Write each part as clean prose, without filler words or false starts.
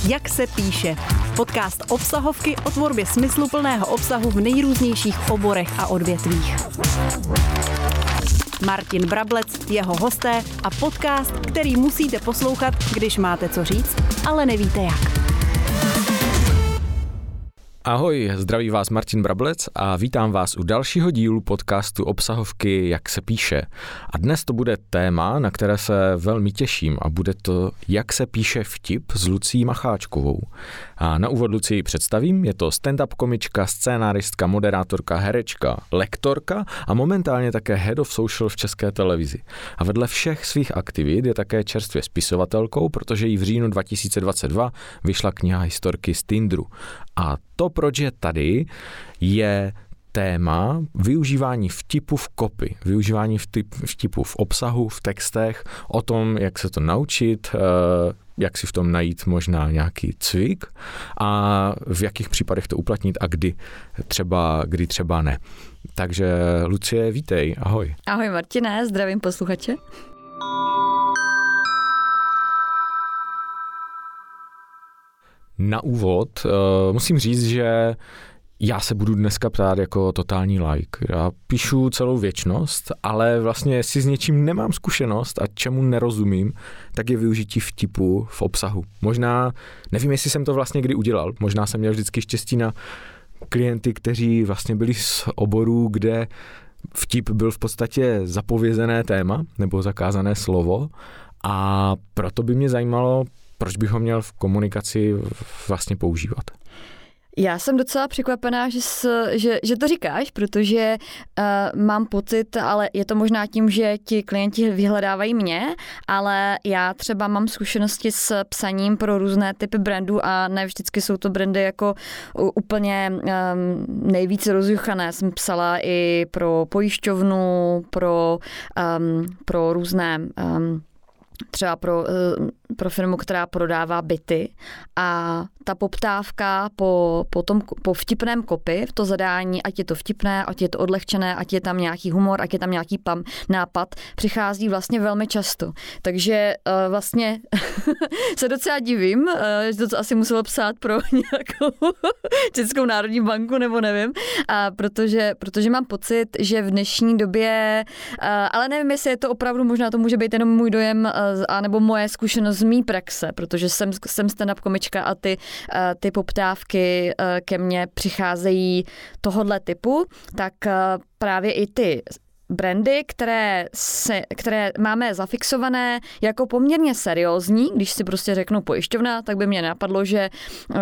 Jak se píše. Podcast obsahovky o tvorbě smysluplného obsahu v nejrůznějších oborech a odvětvích. Martin Brablec, jeho hosté a podcast, který musíte poslouchat, když máte co říct, ale nevíte jak. Ahoj, zdraví vás Martin Brablec a vítám vás u dalšího dílu podcastu obsahovky Jak se píše. A dnes to bude téma, na které se velmi těším a bude to Jak se píše vtip s Lucií Macháčkovou. A na úvod Lucii představím, je to stand-up komička, scénáristka, moderátorka, herečka, lektorka a momentálně také head of social v České televizi. A vedle všech svých aktivit je také čerstvě spisovatelkou, protože jí v říjnu 2022 vyšla kniha historky z Tinderu. A to, proč je tady, je téma využívání vtipu v copy, využívání vtipu v obsahu, v textech, o tom, jak se to naučit, jak si v tom najít možná nějaký cvik a v jakých případech to uplatnit a kdy třeba ne. Takže Lucie, vítej, ahoj. Ahoj Martine, zdravím posluchače. Na úvod musím říct, že já se budu dneska ptát jako totální like. Já píšu celou věčnost, ale vlastně jestli s něčím nemám zkušenost a čemu nerozumím, tak je využití vtipu v obsahu. Možná, nevím, jestli jsem to vlastně kdy udělal, možná jsem měl vždycky štěstí na klienty, kteří vlastně byli z oborů, kde vtip byl v podstatě zapovězené téma nebo zakázané slovo a proto by mě zajímalo, proč bych ho měl v komunikaci vlastně používat. Já jsem docela překvapená, že to říkáš, protože mám pocit, ale je to možná tím, že ti klienti vyhledávají mě, ale já třeba mám zkušenosti s psaním pro různé typy brandů a ne vždycky jsou to brandy jako úplně nejvíc rozjuchané. Jsem psala i pro pojišťovnu, pro různé třeba pro firmu, která prodává byty a ta poptávka po vtipném copy, v to zadání, ať je to vtipné, ať je to odlehčené, ať je tam nějaký humor, ať je tam nějaký nápad, přichází vlastně velmi často. Takže vlastně se docela divím, že to asi muselo psát pro nějakou Českou národní banku, nebo nevím, protože mám pocit, že v dnešní době, ale nevím, jestli je to opravdu, možná to může být jenom můj dojem, anebo moje zkušenost z mý praxe, protože jsem stand-up komička a ty poptávky ke mně přicházejí tohodle typu, tak právě i ty brandy, které máme zafixované jako poměrně seriózní, když si prostě řeknu pojišťovna, tak by mě napadlo, že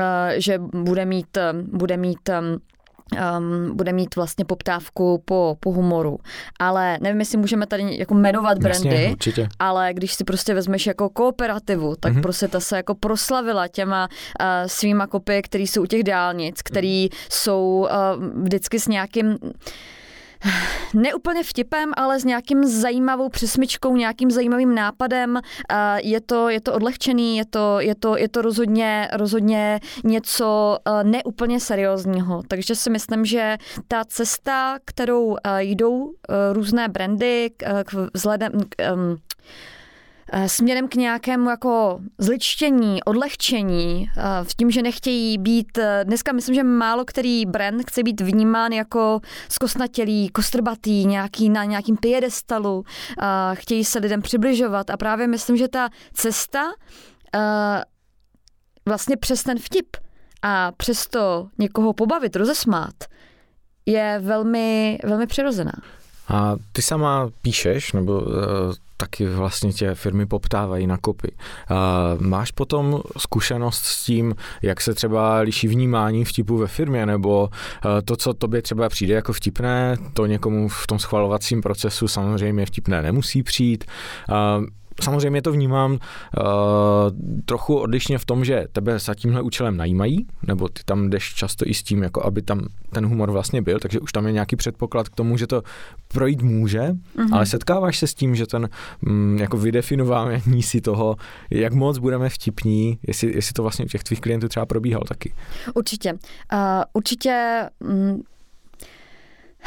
bude mít vlastně poptávku po humoru. Ale nevím, jestli můžeme tady jako jmenovat brandy, jasně, ale když si prostě vezmeš jako Kooperativu, tak prostě ta se jako proslavila těma svýma kopy, které jsou u těch dálnic, které jsou vždycky s nějakým ne úplně vtipem, ale s nějakým zajímavou přesmyčkou, nějakým zajímavým nápadem. Je to odlehčený, je to rozhodně něco neúplně seriózního. Takže si myslím, že ta cesta, kterou jdou různé brandy směrem k nějakému jako zličtění, odlehčení, v tím, že nechtějí být, dneska myslím, že málo který brand chce být vnímán jako zkostnatělý, kostrbatý, na nějakým piedestalu, chtějí se lidem přibližovat a právě myslím, že ta cesta vlastně přes ten vtip a přesto někoho pobavit, rozesmát, je velmi, velmi přirozená. A ty sama píšeš, nebo taky vlastně tě firmy poptávají na copy. Máš potom zkušenost s tím, jak se třeba liší vnímání vtipu ve firmě, nebo to, co tobě třeba přijde jako vtipné, to někomu v tom schvalovacím procesu samozřejmě vtipné nemusí přijít. Samozřejmě to vnímám trochu odlišně v tom, že tebe za tímhle účelem najímají, nebo ty tam jdeš často i s tím, jako aby tam ten humor vlastně byl, takže už tam je nějaký předpoklad k tomu, že to projít může, ale setkáváš se s tím, že ten jako vydefinování si toho, jak moc budeme vtipní, jestli to vlastně u těch tvých klientů třeba probíhalo taky. Určitě. Určitě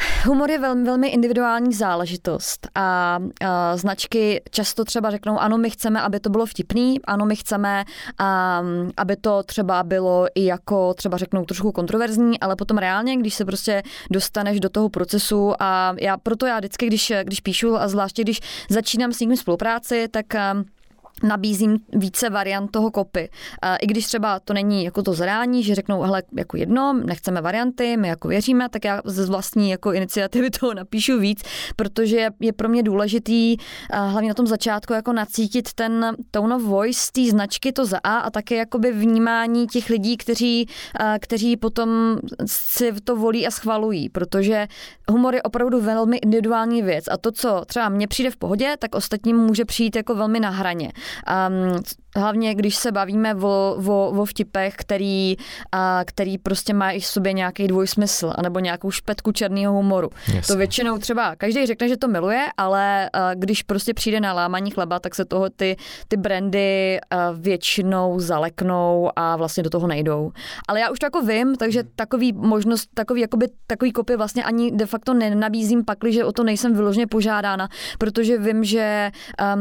Humor je velmi, velmi individuální záležitost a značky často třeba řeknou, ano, my chceme, aby to bylo vtipný, ano, my chceme, aby to třeba bylo i jako třeba řeknou trošku kontroverzní, ale potom reálně, když se prostě dostaneš do toho procesu a proto já vždycky, když píšu a zvláště když začínám s někým spolupráci, tak nabízím více variant toho copy. I když třeba to není jako to zadání, že řeknou, hele, jako jedno, nechceme varianty, my jako věříme, tak já ze vlastní jako iniciativy toho napíšu víc, protože je pro mě důležitý hlavně na tom začátku jako nacítit ten tone of voice té značky, to za a také jakoby vnímání těch lidí, kteří potom si to volí a schvalují, protože humor je opravdu velmi individuální věc a to, co třeba mně přijde v pohodě, tak ostatním může přijít jako velmi na hraně. Hlavně, když se bavíme o vtipech, který prostě má i v sobě nějaký dvojsmysl, anebo nějakou špetku černého humoru. Yes. To většinou třeba každý řekne, že to miluje, ale když prostě přijde na lámaní chleba, tak se toho ty brandy většinou zaleknou a vlastně do toho nejdou. Ale já už to jako vím, takže takový kopy vlastně ani de facto nenabízím pakli, o to nejsem vyloženě požádána, protože vím, že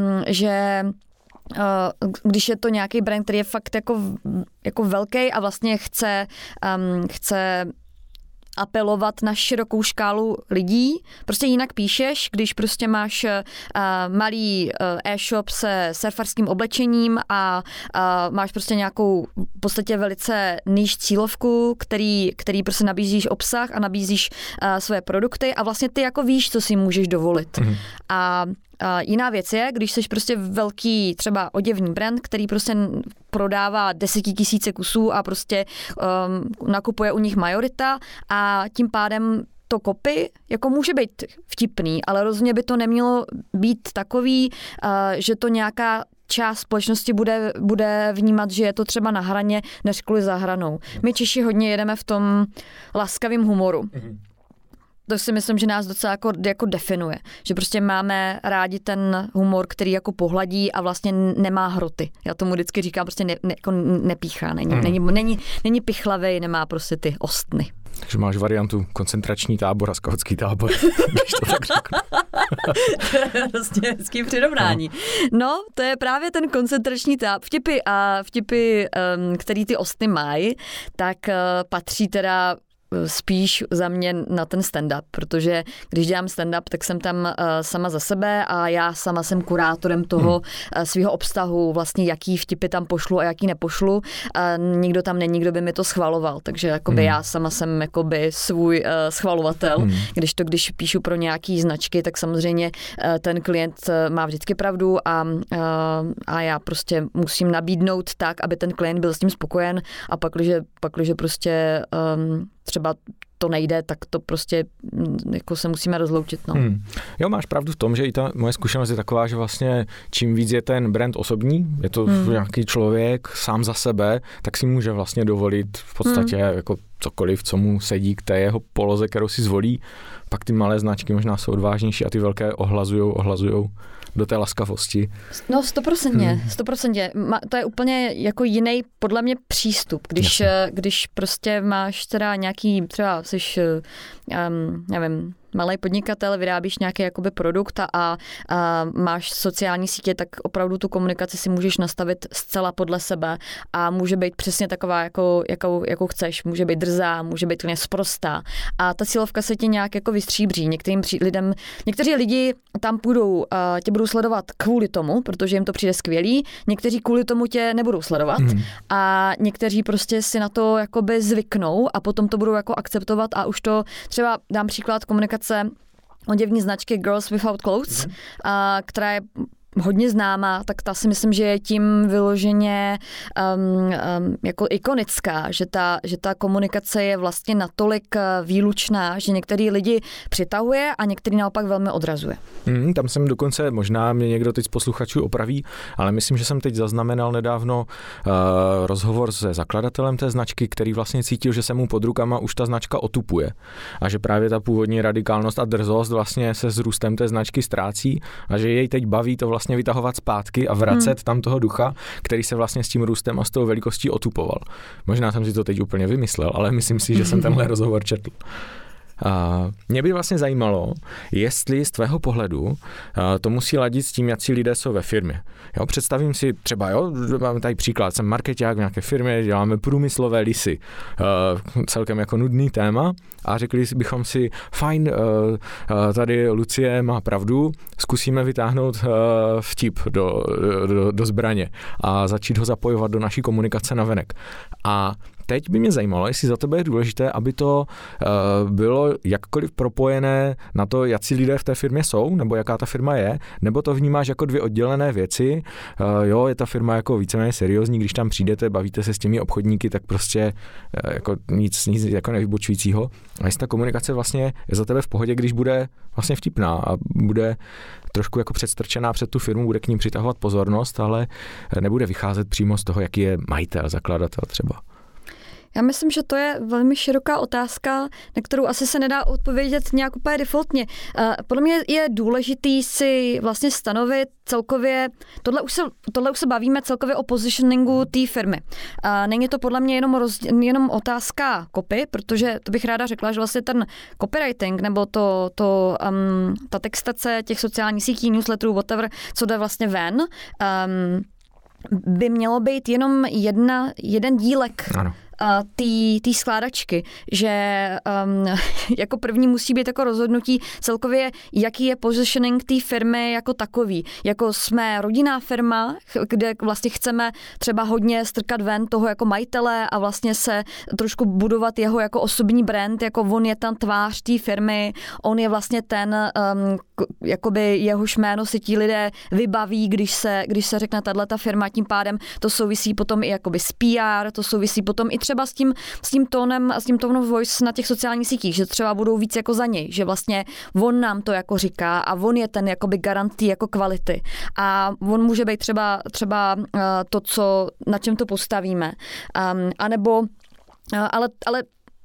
když je to nějaký brand, který je fakt jako velký a vlastně chce apelovat na širokou škálu lidí. Prostě jinak píšeš, když prostě máš malý e-shop se surfarským oblečením a máš prostě nějakou v podstatě velice níž cílovku, který prostě nabízíš obsah a nabízíš své produkty a vlastně ty jako víš, co si můžeš dovolit. Mm-hmm. A jiná věc je, když jsi prostě velký třeba oděvní brand, který prostě prodává 10 000 kusů a prostě nakupuje u nich majorita a tím pádem to copy jako může být vtipný, ale rozhodně by to nemělo být takový, že to nějaká část společnosti bude vnímat, že je to třeba na hraně, než kvůli za hranou. My Češi hodně jedeme v tom laskavém humoru. Mm-hmm. To si myslím, že nás docela jako definuje. Že prostě máme rádi ten humor, který jako pohladí a vlastně nemá hroty. Já tomu vždycky říkám, prostě jako nepíchá. Není pichlavej, nemá prostě ty ostny. Takže máš variantu koncentrační tábor a skautský tábor, když to tak řeknu. To je prostě hezký přirovnání. No, to je právě ten koncentrační tábor. Vtipy, který ty ostny mají, tak patří teda spíš za mě na ten stand-up, protože když dělám stand-up, tak jsem tam sama za sebe a já sama jsem kurátorem toho svého obsahu, vlastně jaký vtipy tam pošlu a jaký nepošlu. Nikdo tam není, kdo by mi to schvaloval, takže jakoby já sama jsem jakoby svůj schvalovatel. Když píšu pro nějaký značky, tak samozřejmě ten klient má vždycky pravdu a já prostě musím nabídnout tak, aby ten klient byl s tím spokojen a pakliže prostě třeba to nejde, tak to prostě jako se musíme rozloučit. No. Jo, máš pravdu v tom, že i ta moje zkušenost je taková, že vlastně čím víc je ten brand osobní, je to nějaký člověk sám za sebe, tak si může vlastně dovolit v podstatě jako cokoliv, co mu sedí k té jeho poloze, kterou si zvolí. Pak ty malé značky možná jsou odvážnější a ty velké ohlazujou do té laskavosti. No 100%. To je úplně jako jiný podle mě přístup. Když prostě máš teda nějaký, třeba jsi, nevím, malý podnikatel, vyrábíš nějaký jakoby produkt a máš sociální sítě, tak opravdu tu komunikaci si můžeš nastavit zcela podle sebe a může být přesně taková, jakou chceš. Může být drzá, může být klidně sprostá. A ta cílovka se ti nějak jako vystříbří. Někteří lidi tam tě budou sledovat kvůli tomu, protože jim to přijde skvělý. Někteří kvůli tomu tě nebudou sledovat a někteří prostě si na to jakoby zvyknou a potom to budou jako akceptovat a už to třeba dám příklad komunikace oděvní značky Girls Without Clothes, která je hodně známá, tak ta si myslím, že je tím vyloženě jako ikonická, že ta komunikace je vlastně natolik výlučná, že některý lidi přitahuje a některý naopak velmi odrazuje. Tam jsem dokonce, možná mě někdo teď z posluchačů opraví, ale myslím, že jsem teď zaznamenal nedávno rozhovor se zakladatelem té značky, který vlastně cítil, že se mu pod rukama už ta značka otupuje a že právě ta původní radikálnost a drzost vlastně se s růstem té značky ztrácí a že jej teď baví to vlastně vytahovat zpátky a vracet tam toho ducha, který se vlastně s tím růstem a s tou velikostí otupoval. Možná jsem si to teď úplně vymyslel, ale myslím si, že jsem tenhle rozhovor četl. Mě by vlastně zajímalo, jestli z tvého pohledu to musí ladit s tím, jaký lidé jsou ve firmě. Jo, představím si třeba, máme tady příklad, jsem markeťák v nějaké firmě, děláme průmyslové lisy, celkem jako nudný téma a řekli bychom si, fajn, tady Lucie má pravdu, zkusíme vytáhnout vtip do zbraně a začít ho zapojovat do naší komunikace navenek. A teď by mě zajímalo, jestli za tebe je důležité, aby to bylo jakkoliv propojené na to, jaký lidé v té firmě jsou, nebo jaká ta firma je, nebo to vnímáš jako dvě oddělené věci. Je ta firma jako víceméně seriózní, když tam přijdete, bavíte se s těmi obchodníky, tak prostě jako nic jako nevybočujícího. A jestli ta komunikace vlastně je za tebe v pohodě, když bude vlastně vtipná a bude trošku jako předstrčená před tu firmu, bude k ním přitahovat pozornost, ale nebude vycházet přímo z toho, jaký je majitel, zakladatel třeba. Já myslím, že to je velmi široká otázka, na kterou asi se nedá odpovědět nějak úplně defaultně. Podle mě je důležitý si vlastně stanovit celkově, tohle už se bavíme celkově o positioningu té firmy. Není to podle mě jenom otázka copy, protože to bych ráda řekla, že vlastně ten copywriting nebo ta textace těch sociálních sítí, newsletterů, whatever, co jde vlastně ven, by mělo být jenom jeden dílek. Ano. Té skládačky, že jako první musí být jako rozhodnutí celkově, jaký je positioning té firmy jako takový. Jako jsme rodinná firma, kde vlastně chceme třeba hodně strkat ven toho jako majitele a vlastně se trošku budovat jeho jako osobní brand, jako on je tam tvář té firmy, on je vlastně ten, jakoby jehož jméno si ti lidé vybaví, když se řekne tato firma, tím pádem to souvisí potom i jakoby s PR, to souvisí potom i třeba s tím tónem a s tím tónem voice na těch sociálních sítích, že třeba budou víc jako za něj, že vlastně on nám to jako říká a on je ten jakoby garant té jako kvality. A on může být třeba to, na čem to postavíme. Ale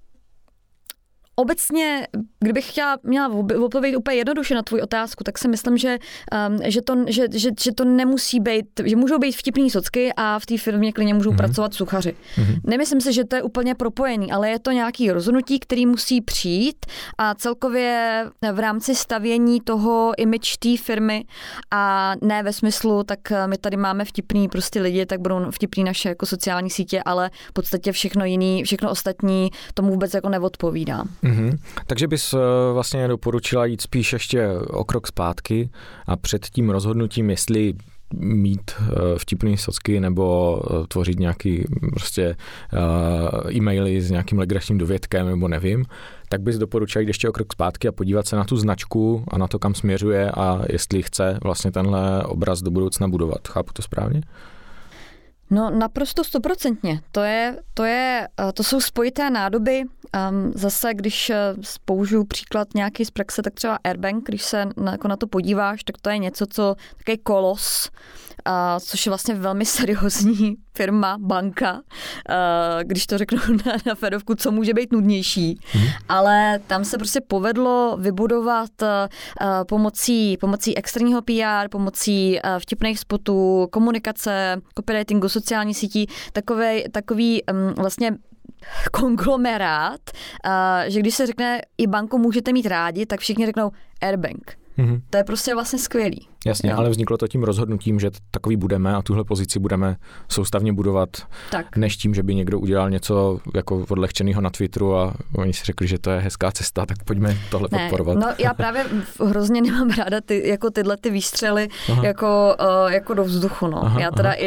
obecně, kdybych měla odpovědět úplně jednoduše na tvou otázku, tak si myslím, že to nemusí být, že můžou být vtipný socky a v té firmě klidně můžou pracovat suchaři. Nemyslím si, že to je úplně propojený, ale je to nějaký rozhodnutí, který musí přijít a celkově v rámci stavění toho image té firmy a ne ve smyslu, tak my tady máme vtipný prostě lidi, tak budou vtipný naše jako sociální sítě, ale v podstatě všechno ostatní tomu vůbec jako neodpovídá. Takže bys vlastně doporučila jít spíš ještě o krok zpátky a před tím rozhodnutím, jestli mít vtipný socky nebo tvořit nějaký prostě e-maily s nějakým legračním dovětkem nebo nevím, tak bys doporučila jít ještě o krok zpátky a podívat se na tu značku a na to, kam směřuje a jestli chce vlastně tenhle obraz do budoucna budovat. Chápu to správně? No naprosto 100%. To jsou spojité nádoby. Zase, když použiju příklad nějaký z praxe, tak třeba Airbank, když se na to podíváš, tak to je něco, takový kolos, což je vlastně velmi seriózní firma, banka, když to řeknu na férovku, co může být nudnější. Ale tam se prostě povedlo vybudovat pomocí externího PR, pomocí vtipných spotů, komunikace, copywritingu, sociální sítí, takový vlastně konglomerát, že když se řekne i banku můžete mít rádi, tak všichni řeknou Airbank. To je prostě vlastně skvělý. Jasně, ale vzniklo to tím rozhodnutím, že takový budeme a tuhle pozici budeme soustavně budovat, než tím, že by někdo udělal něco jako odlehčenýho na Twitteru a oni si řekli, že to je hezká cesta, tak pojďme tohle podporovat. No já právě hrozně nemám ráda tyhle výstřely jako do vzduchu. No. Já teda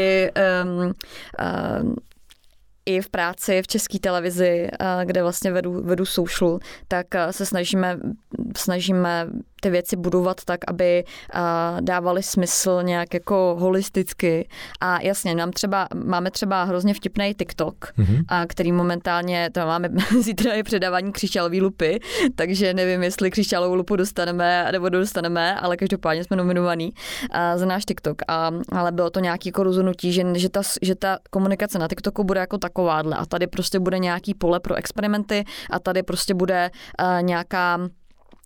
i v práci v České televizi, kde vlastně vedu social, tak se snažíme ty věci budovat tak, aby dávaly smysl nějak jako holisticky. A jasně, máme třeba hrozně vtipný TikTok, který momentálně, to máme zítra je předávání křišťálové lupy, takže nevím, jestli křišťálovou lupu dostaneme, ale každopádně jsme nominovaní za náš TikTok. Ale bylo to nějaké jako rozhodnutí, že ta komunikace na TikToku bude jako takováhle a tady prostě bude nějaký pole pro experimenty a tady prostě bude nějaká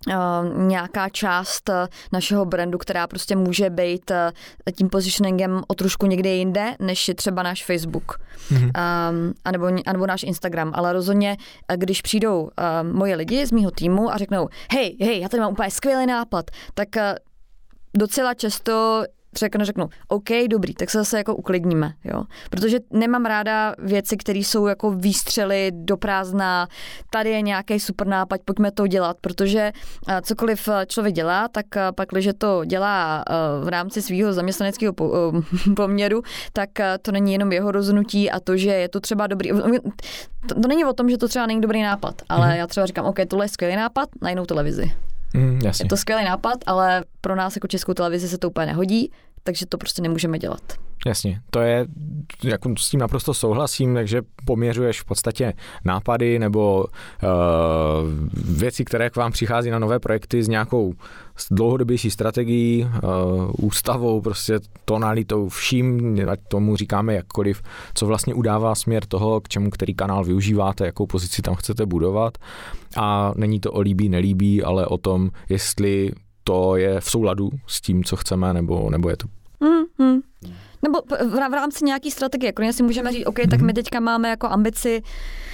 nějaká část našeho brandu, která prostě může být tím positioningem o trošku někde jinde, než je třeba náš Facebook. Anebo náš Instagram. Ale rozhodně, když přijdou moje lidi z mýho týmu a řeknou, hej, já tady mám úplně skvělý nápad, tak docela často řeknu, OK, dobrý, tak se zase jako uklidníme, jo. Protože nemám ráda věci, které jsou jako výstřely do prázdna, tady je nějaký super nápad, pojďme to dělat, protože cokoliv člověk dělá, tak pak, když to dělá v rámci svého zaměstnaneckého poměru, tak to není jenom jeho rozhodnutí a to, že je to třeba dobrý, to není o tom, že to třeba není dobrý nápad, ale já třeba říkám, OK, tohle je skvělý nápad na jinou televizi. Jasně. Je to skvělý nápad, ale pro nás jako Českou televizi se to úplně nehodí, takže to prostě nemůžeme dělat. Jasně, to je, jako s tím naprosto souhlasím, takže poměřuješ v podstatě nápady nebo věci, které k vám přichází na nové projekty s nějakou dlouhodobější strategií, ústavou, prostě tonalitou, vším, ať tomu říkáme jakkoliv, co vlastně udává směr toho, k čemu který kanál využíváte, jakou pozici tam chcete budovat. A není to o líbí, nelíbí, ale o tom, jestli to je v souladu s tím, co chceme, nebo je to... Nebo v rámci nějaký strategie, konečně si můžeme říct, OK, tak my teďka máme jako ambici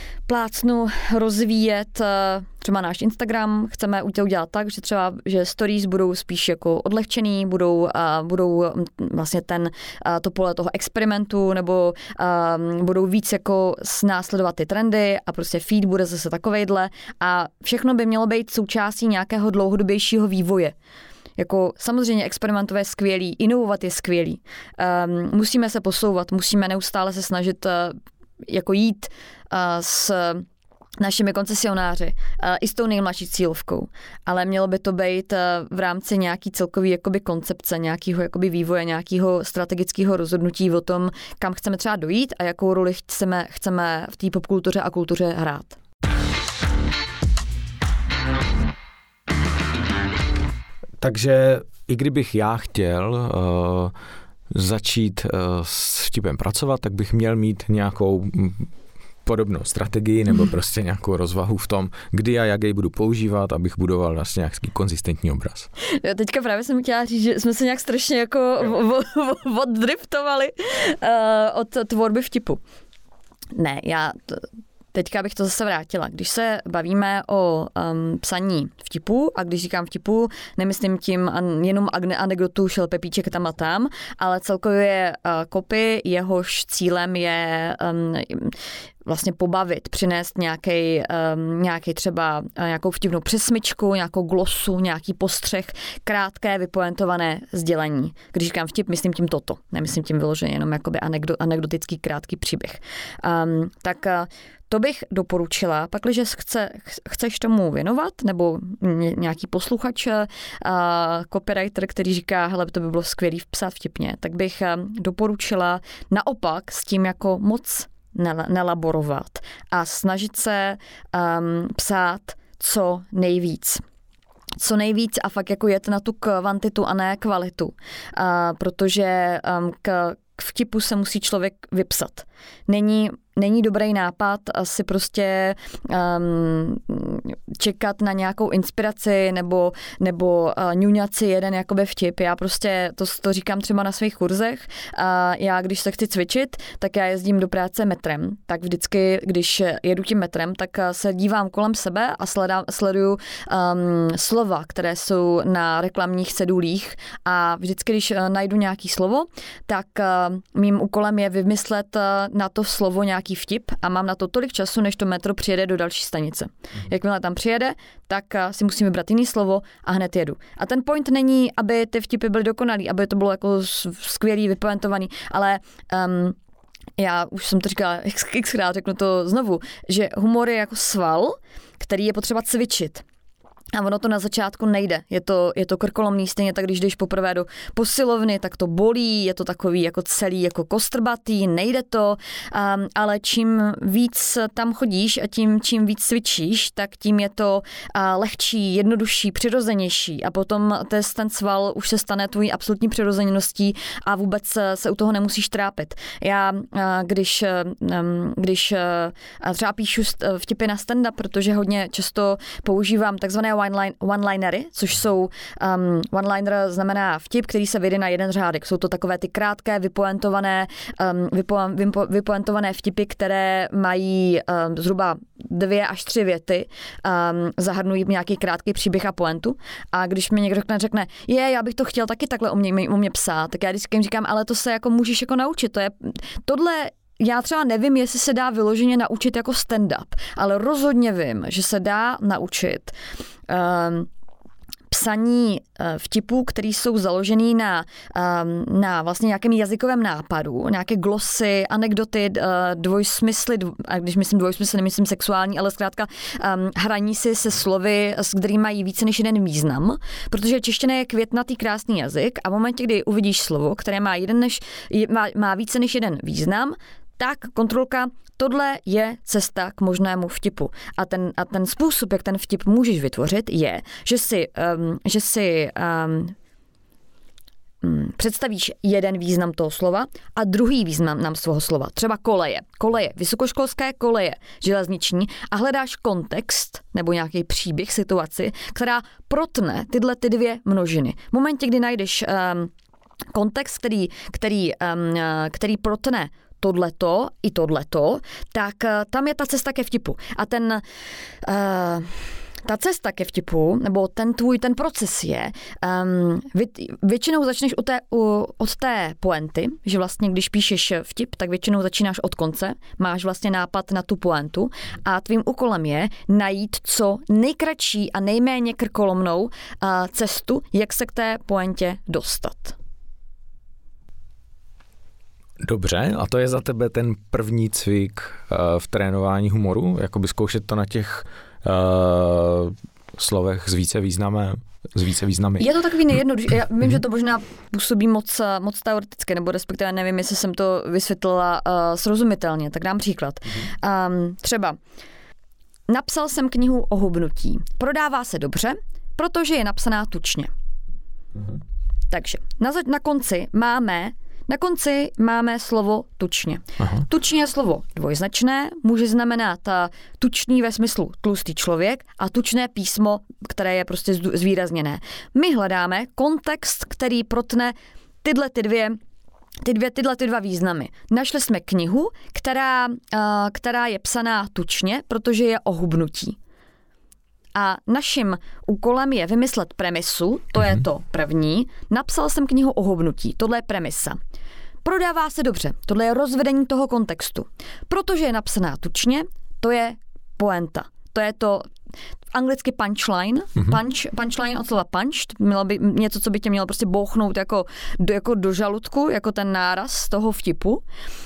rozvíjet třeba náš Instagram, chceme to udělat tak, že třeba, že stories budou spíš jako odlehčený, budou vlastně to pole toho experimentu, nebo budou víc jako následovat ty trendy a prostě feed bude zase takovejhle a všechno by mělo být součástí nějakého dlouhodobějšího vývoje. Jako samozřejmě experimentovat je skvělý, inovovat je skvělý. Musíme se posouvat, musíme neustále se snažit jako jít s našimi koncesionáři i s tou nejmladší cílovkou. Ale mělo by to být v rámci nějaký celkový jakoby koncepce, nějakého jakoby vývoje, nějakého strategického rozhodnutí o tom, kam chceme třeba dojít a jakou roli chceme v té popkultuře a kultuře hrát. Takže i kdybych já chtěl začít s vtipem pracovat, tak bych měl mít nějakou podobnou strategii nebo prostě nějakou rozvahu v tom, kdy a jak jej budu používat, abych budoval vlastně nějaký konzistentní obraz. Jo, teďka právě jsem chtěla říct, že jsme se nějak strašně jako oddriftovali od tvorby vtipu. Ne, teďka bych to zase vrátila. Když se bavíme o psaní vtipu, a když říkám vtipu, nemyslím tím jenom anekdotu šel Pepíček tam a tam, ale celkově copy, jehož cílem je vlastně pobavit, přinést nějaký třeba nějakou vtipnou přesmyčku, nějakou glosu, nějaký postřeh, krátké vypointované sdělení. Když říkám vtip, myslím tím toto. Nemyslím tím vyloženě jenom jakoby anekdotický krátký příběh. Tak to bych doporučila, pakliže chceš tomu věnovat, nebo nějaký posluchač, copywriter, který říká, hele, to by bylo skvělý psát vtipně, tak bych doporučila naopak s tím jako moc nelaborovat a snažit se psát co nejvíc. Co nejvíc a fakt jako jet na tu kvantitu a ne kvalitu. Protože k vtipu se musí člověk vypsat. Není dobrý nápad si prostě čekat na nějakou inspiraci nebo ňuňat si jeden jakoby vtip. Já prostě to říkám třeba na svých kurzech. Já když se chci cvičit, tak já jezdím do práce metrem. Tak vždycky, když jedu tím metrem, tak se dívám kolem sebe a sleduju slova, které jsou na reklamních cedulích a vždycky, když najdu nějaký slovo, tak mým úkolem je vymyslet na to slovo nějaký vtip a mám na to tolik času, než to metro přijede do další stanice. Jakmile tam přijede, tak si musím vybrat jiný slovo a hned jedu. A ten point není, aby ty vtipy byly dokonalý, aby to bylo jako skvělý, vypointovaný, ale já už jsem to říkala xkrát, řeknu to znovu, že humor je jako sval, který je potřeba cvičit. A ono to na začátku nejde. Je to krkolomný, stejně tak, když jdeš poprvé do posilovny, tak to bolí, je to takový jako celý jako kostrbatý, nejde to, ale čím víc tam chodíš a čím víc cvičíš, tak tím je to lehčí, jednodušší, přirozenější a potom ten sval už se stane tvojí absolutní přirozeností a vůbec se u toho nemusíš trápit. Já, když třeba píšu vtipy na stand-up, protože hodně často používám takzvané one-linery, což jsou one-liner znamená vtip, který se vyjde na jeden řádek. Jsou to takové ty krátké, vypoentované vtipy, které mají zhruba 2 až 3 věty, zahrnují nějaký krátký příběh a pointu. A když mi někdo řekne, já bych to chtěl taky takhle u mě psát, tak já vždycky jim říkám, ale to se jako můžeš jako naučit. Tohle já třeba nevím, jestli se dá vyloženě naučit jako stand-up, ale rozhodně vím, že se dá naučit psaní vtipů, které jsou založený na vlastně nějakém jazykovém nápadu, nějaké glosy, anekdoty, dvojsmysly, a když myslím dvojsmysly, nemyslím sexuální, ale zkrátka hraní si se slovy, s kterými mají více než jeden význam, protože čeština je květnatý krásný jazyk a v momentě, kdy uvidíš slovo, které má více než jeden význam, tak kontrolka, tohle je cesta k možnému vtipu. A ten způsob, jak ten vtip můžeš vytvořit, je, že si představíš jeden význam toho slova a druhý význam svého slova. Třeba koleje, vysokoškolské koleje, železniční a hledáš kontext nebo nějaký příběh, situaci, která protne tyhle ty 2 množiny. V momentě, kdy najdeš kontext, který protne tohleto i tohleto, tak tam je ta cesta ke vtipu. A ta cesta ke vtipu, nebo ten proces je, většinou začneš od té pointy, že vlastně když píšeš vtip, tak většinou začínáš od konce, máš vlastně nápad na tu pointu a tvým úkolem je najít co nejkratší a nejméně krkolomnou cestu, jak se k té pointě dostat. Dobře, a to je za tebe ten první cvik v trénování humoru? Jakoby zkoušet to na těch slovech s více významy? Je to takový nejjednodušší. Já vím, že to možná působí moc teoreticky, nebo respektive nevím, jestli jsem to vysvětlila srozumitelně. Tak dám příklad. Třeba napsal jsem knihu o hubnutí. Prodává se dobře, protože je napsaná tučně. Takže na konci máme slovo tučně. Aha. Tučně je slovo dvojznačné, může znamenat tučný ve smyslu tlustý člověk a tučné písmo, které je prostě zvýrazněné. My hledáme kontext, který protne tyhle ty 2 významy. Našli jsme knihu, která je psaná tučně, protože je o hubnutí. A naším úkolem je vymyslet premisu, to je to první. Napsal jsem knihu o hubnutí, tohle je premisa. Prodává se dobře, tohle je rozvedení toho kontextu. Protože je napsaná tučně, to je poenta. To je to anglicky punchline. Punchline od slova punch, mělo by něco, co by tě mělo prostě bouchnout jako do žaludku, jako ten náraz toho vtipu.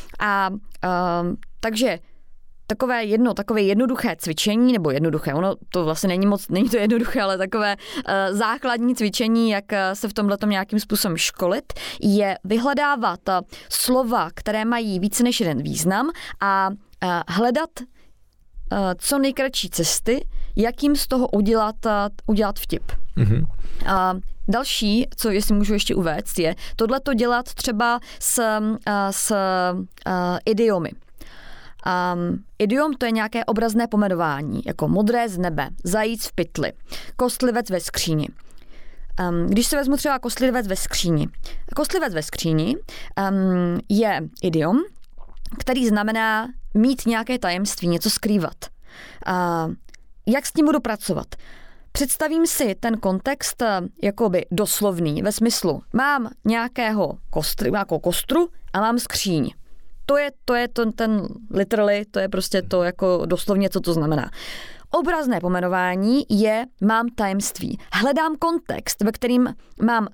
Takže takové jednoduché cvičení, nebo jednoduché, ono to vlastně není to jednoduché, ale takové základní cvičení, jak se v tomhletom nějakým způsobem školit, je vyhledávat slova, které mají více než jeden význam a hledat co nejkratší cesty, jakým z toho udělat vtip. Mm-hmm. Další, co jestli můžu ještě uvést, je tohleto dělat třeba s idiomy. Idiom to je nějaké obrazné pomenování, jako modré z nebe, zajíc v pytli, kostlivec ve skříni. Když se vezmu třeba kostlivec ve skříni. Kostlivec ve skříni je idiom, který znamená mít nějaké tajemství, něco skrývat. Jak s tím budu pracovat? Představím si ten kontext jakoby doslovný, ve smyslu mám nějakou kostru a mám skříň. To je ten literally, to je prostě to jako doslovně, co to znamená. Obrazné pomenování je mám tajemství. Hledám kontext, ve kterým mám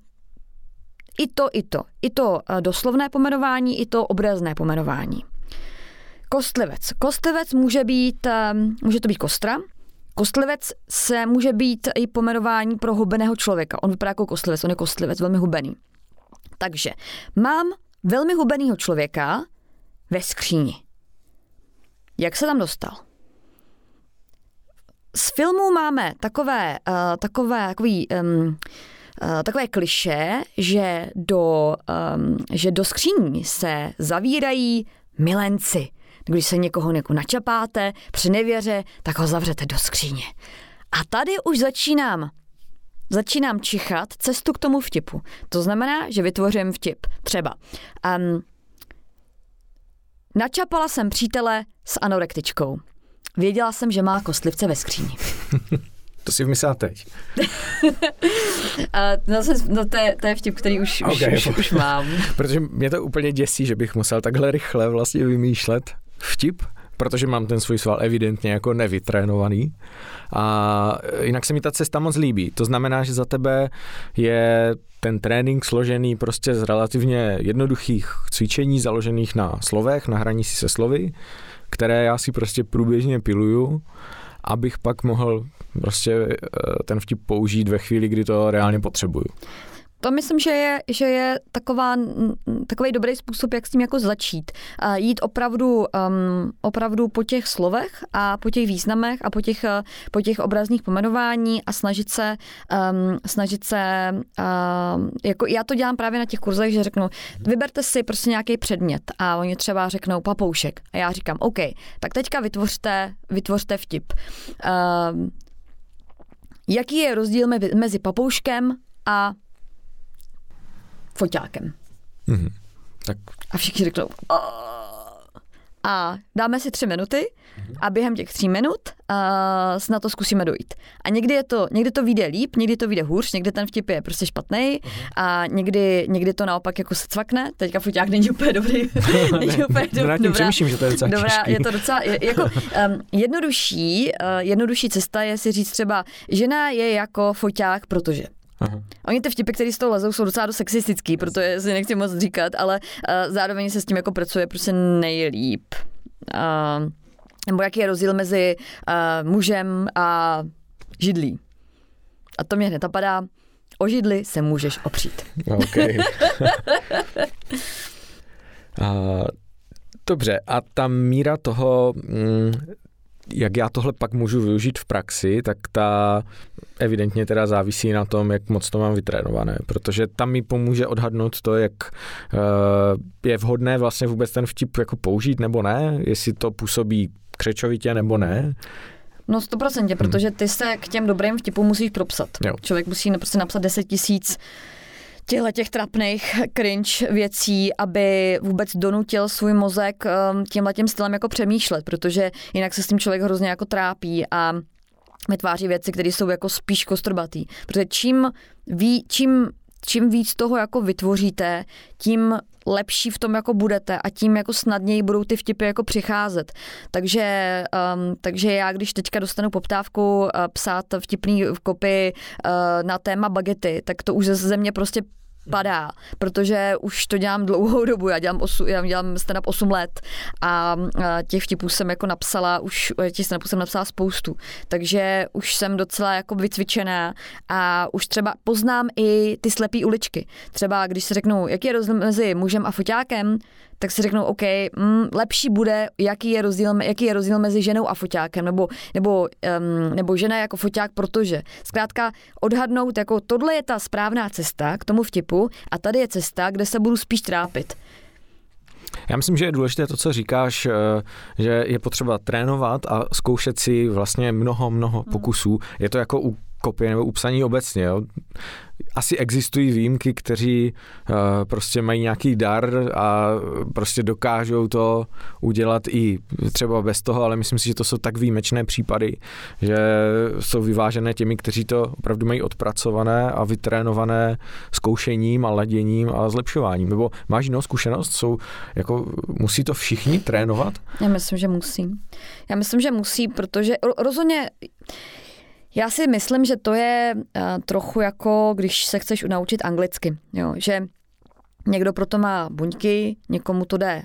i to doslovné pomenování, i to obrazné pomenování. Kostlivec. Kostlivec může to být kostra. Kostlivec se může být i pomenování pro hubeného člověka. On vypadá jako kostlivec, on je kostlivec, velmi hubený. Takže mám velmi hubenýho člověka ve skříni. Jak se tam dostal? Z filmů máme takové klišé, že do skříní se zavírají milenci. Když se někoho načapáte při nevěře, tak ho zavřete do skříně. A tady už začínám čichat cestu k tomu vtipu. To znamená, že vytvořím vtip. Třeba načapala jsem přítele s anorektičkou. Věděla jsem, že má kostlivce ve skříni. To si vymyslela teď. To je vtip, který už mám. Protože mě to úplně děsí, že bych musel takhle rychle vlastně vymýšlet vtip, protože mám ten svůj sval evidentně jako nevytrénovaný. A jinak se mi ta cesta moc líbí. To znamená, že za tebe je ten trénink složený prostě z relativně jednoduchých cvičení založených na slovech, na hraní si se slovy, které já si prostě průběžně piluju, abych pak mohl prostě ten vtip použít ve chvíli, kdy to reálně potřebuju. To myslím, že je takový dobrý způsob, jak s tím jako začít. Jít opravdu po těch slovech a po těch významech a po těch obrazných pomenování a snažit se jako já to dělám právě na těch kurzech, že řeknu, vyberte si prostě nějaký předmět a oni třeba řeknou papoušek a já říkám, OK, tak teďka vytvořte vtip. Jaký je rozdíl mezi papouškem a foťákem. Mm-hmm. Tak. A všichni řeknou a dáme si 3 minuty a během těch 3 minut na to zkusíme dojít. A někdy to vyjde líp, někdy to vyjde hůř, někdy ten vtip je prostě špatný a někdy to naopak jako se cvakne. Teďka foťák není úplně dobrý. Přemýšlím, že to je docela těžký. Je to docela, jako jednodušší cesta je si říct třeba, žena je jako foťák, protože. Aha. Oni ty vtipy, které z toho lezou, jsou docela dost sexistický, protože si nechci moc říkat, ale zároveň se s tím jako pracuje prostě nejlíp. Nebo jaký je rozdíl mezi mužem a židlí. A to mě hned napadá, o židli se můžeš opřít. Okay. Dobře, a ta míra toho, jak já tohle pak můžu využít v praxi, tak ta evidentně teda závisí na tom, jak moc to mám vytrénované, protože tam mi pomůže odhadnout to, jak je vhodné vlastně vůbec ten vtip jako použít nebo ne, jestli to působí křečovitě nebo ne. No 100%, protože ty se k těm dobrým vtipům musíš propsat. Jo. Člověk musí prostě napsat 10 000 těch trapných cringe věcí, aby vůbec donutil svůj mozek tímhletím stylem jako přemýšlet, protože jinak se s tím člověk hrozně jako trápí a vytváří věci, které jsou jako spíš kostrbatý. Protože čím víc toho jako vytvoříte, tím lepší v tom jako budete a tím jako snadněji budou ty vtipy jako přicházet. Takže já, když teďka dostanu poptávku psát vtipný copy na téma bagety, tak to už ze mě prostě padá, protože už to dělám dlouhou dobu, já dělám stand-up 8 let a těch vtipů jsem jako napsala, jsem napsala spoustu, takže už jsem docela jako vycvičená a už třeba poznám i ty slepý uličky. Třeba když se řeknou, jaký je rozdíl mezi mužem a foťákem, tak si řeknou, OK, lepší bude, jaký je rozdíl mezi ženou a foťákem, nebo žena jako foťák, protože zkrátka odhadnout, jako tohle je ta správná cesta k tomu vtipu a tady je cesta, kde se budu spíš trápit. Já myslím, že je důležité to, co říkáš, že je potřeba trénovat a zkoušet si vlastně mnoho pokusů. Je to jako u kopie nebo u psaní obecně. Jo. Asi existují výjimky, kteří prostě mají nějaký dar a prostě dokážou to udělat i třeba bez toho, ale myslím si, že to jsou tak výjimečné případy, že jsou vyvážené těmi, kteří to opravdu mají odpracované a vytrénované zkoušením a laděním a zlepšováním. Nebo máš jinou zkušenost? Musí to všichni trénovat? Já myslím, že musí, protože rozhodně já si myslím, že to je trochu jako, když se chceš naučit anglicky, jo? Že někdo proto má buňky, někomu to jde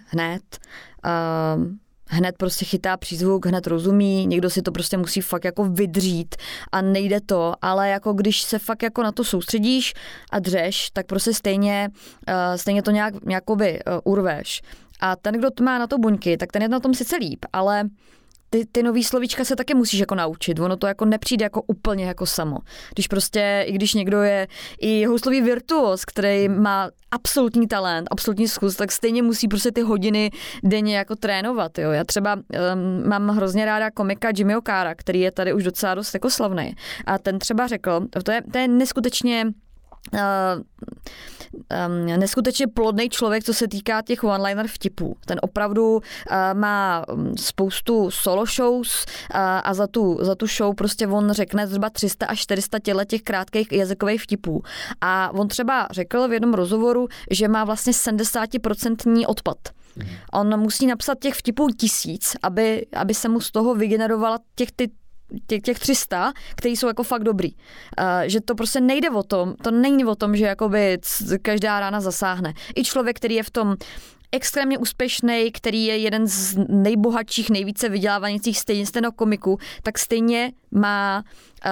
hned prostě chytá přízvuk, hned rozumí, někdo si to prostě musí fakt jako vydřít a nejde to, ale jako když se fakt jako na to soustředíš a dřeš, tak prostě stejně to nějak urveš. A ten, kdo to má na to buňky, tak ten je na tom sice líp, ale ty nový slovíčka se taky musíš jako naučit. Ono to jako nepřijde jako úplně jako samo. Když někdo je i houslový virtuos, který má absolutní talent, absolutní zkus, tak stejně musí prostě ty hodiny denně jako trénovat. Jo. Já třeba mám hrozně ráda komika Jimmyho Carra, který je tady už docela dost jako slavný. A ten třeba řekl, to je neskutečně neskutečně plodný člověk, co se týká těch one-liner vtipů. Ten opravdu má spoustu solo shows a za tu show prostě on řekne zhruba 300 až 400 těch krátkých jazykových vtipů. A on třeba řekl v jednom rozhovoru, že má vlastně 70% odpad. On musí napsat těch vtipů 1000, aby se mu z toho vygenerovala těch 300, který jsou jako fakt dobrý. Že to prostě nejde o tom, to není o tom, že jakoby každá rána zasáhne. I člověk, který je v tom extrémně úspěšný, který je jeden z nejbohatších, nejvíce vydělávajících stand-up komiků, tak stejně má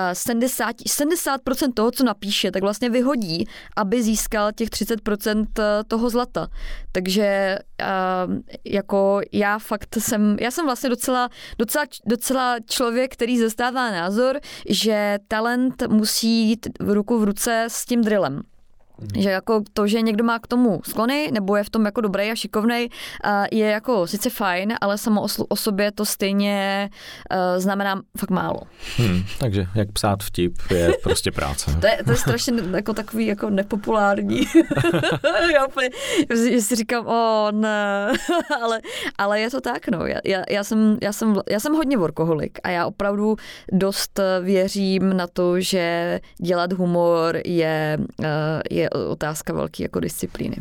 70% toho, co napíše, tak vlastně vyhodí, aby získal těch 30% toho zlata. Takže jako já jsem vlastně docela člověk, který zastává názor, že talent musí jít ruku v ruce s tím drillem. Že jako to, že někdo má k tomu sklony, nebo je v tom jako dobrý a šikovnej, je jako sice fajn, ale samo o sobě to stejně znamená fakt málo. Takže jak psát vtip je prostě práce. To je strašně jako takový jako nepopulární. Já úplně, že si říkám, ne, ale je to tak, no. Já jsem hodně workoholik a já opravdu dost věřím na to, že dělat humor je otázka velký jako disciplíny.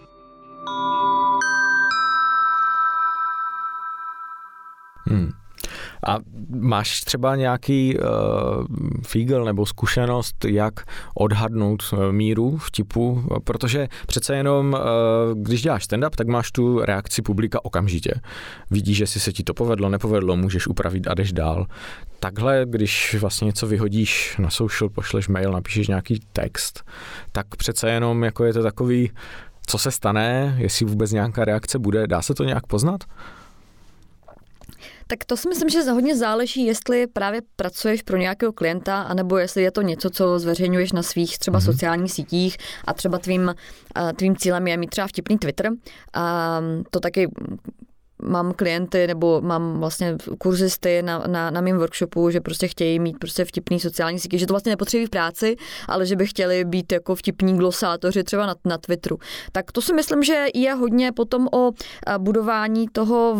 A máš třeba nějaký fígl nebo zkušenost, jak odhadnout míru vtipu? Protože přece jenom, když děláš stand-up, tak máš tu reakci publika okamžitě. Vidíš, že se ti to povedlo, nepovedlo, můžeš upravit a jdeš dál. Takhle, když vlastně něco vyhodíš na social, pošleš mail, napíšeš nějaký text, tak přece jenom jako je to takový, co se stane, jestli vůbec nějaká reakce bude, dá se to nějak poznat? Tak to si myslím, že hodně záleží, jestli právě pracuješ pro nějakého klienta, anebo jestli je to něco, co zveřejňuješ na svých třeba sociálních sítích a třeba tvým cílem je mít třeba vtipný Twitter. A to taky mám klienty nebo mám vlastně kurzisty na mém workshopu, že prostě chtějí mít prostě vtipný sociální sítě, že to vlastně nepotřebují v práci, ale že by chtěli být jako vtipní glosátoři třeba na Twitteru. Tak to si myslím, že je hodně potom o budování toho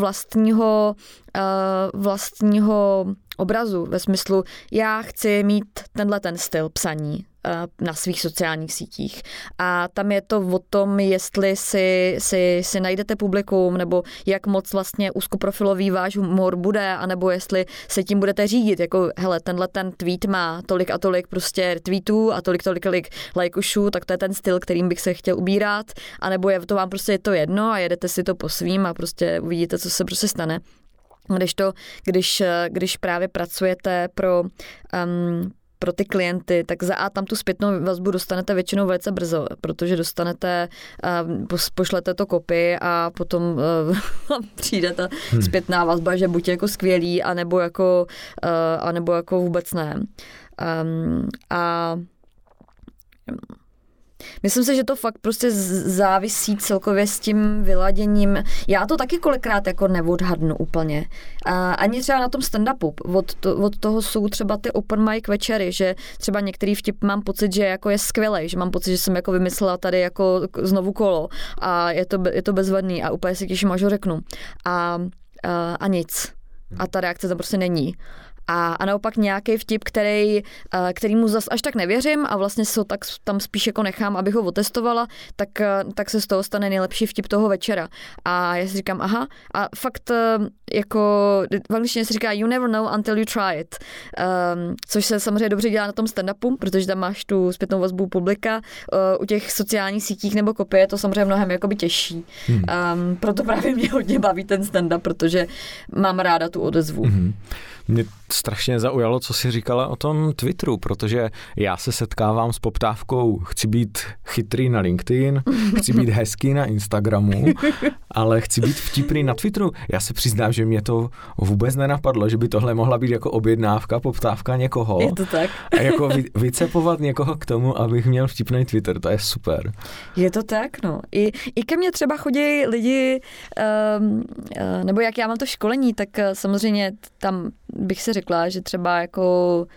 vlastního obrazu ve smyslu, já chci mít ten styl psaní na svých sociálních sítích. A tam je to o tom, jestli si najdete publikum, nebo jak moc vlastně úzkoprofilový váš humor bude, anebo jestli se tím budete řídit, jako hele, ten tweet má tolik a tolik prostě tweetů a tolik lajkušů, tak to je ten styl, kterým bych se chtěl ubírat, anebo je to vám prostě je to jedno a jedete si to po svým a prostě uvidíte, co se prostě stane. Když právě pracujete pro ty klienty, tak tam tu zpětnou vazbu dostanete většinou velice brzo, protože pošlete to copy a potom přijde ta zpětná vazba, že buď jako skvělý, anebo jako vůbec ne. Myslím si, že to fakt prostě závisí celkově s tím vyladěním. Já to taky kolikrát jako neodhadnu úplně. Ani třeba na tom stand-upu. Od toho jsou třeba ty open mic večery, že třeba některý vtip mám pocit, že jako je skvělej, že mám pocit, že jsem jako vymyslela tady jako znovu kolo a je to bezvadný a úplně si těším, až ho řeknu. A nic. A ta reakce tam prostě není. A naopak nějaký vtip, kterýmu zas až tak nevěřím a vlastně se ho tak tam spíš jako nechám, abych ho otestovala, tak se z toho stane nejlepší vtip toho večera. A já si říkám, aha, a fakt jako v angličtině se říká you never know until you try it. Což se samozřejmě dobře dělá na tom stand-upu, protože tam máš tu zpětnou vazbu publika. U těch sociálních sítích nebo kopie je to samozřejmě mnohem jakoby těžší. Proto právě mě hodně baví ten stand-up, protože mám ráda tu odezvu. Mě strašně zaujalo, co jsi říkala o tom Twitteru, protože já se setkávám s poptávkou, chci být chytrý na LinkedIn, chci být hezký na Instagramu ale chci být vtipný na Twitteru. Já se přiznám, že mě to vůbec nenapadlo, že by tohle mohla být jako objednávka, poptávka někoho. Je to tak. A jako vycepovat někoho k tomu, abych měl vtipný Twitter, to je super. Je to tak, no. I ke mně třeba chodí lidi, nebo jak já mám to školení, tak samozřejmě tam bych si řekla, že třeba jako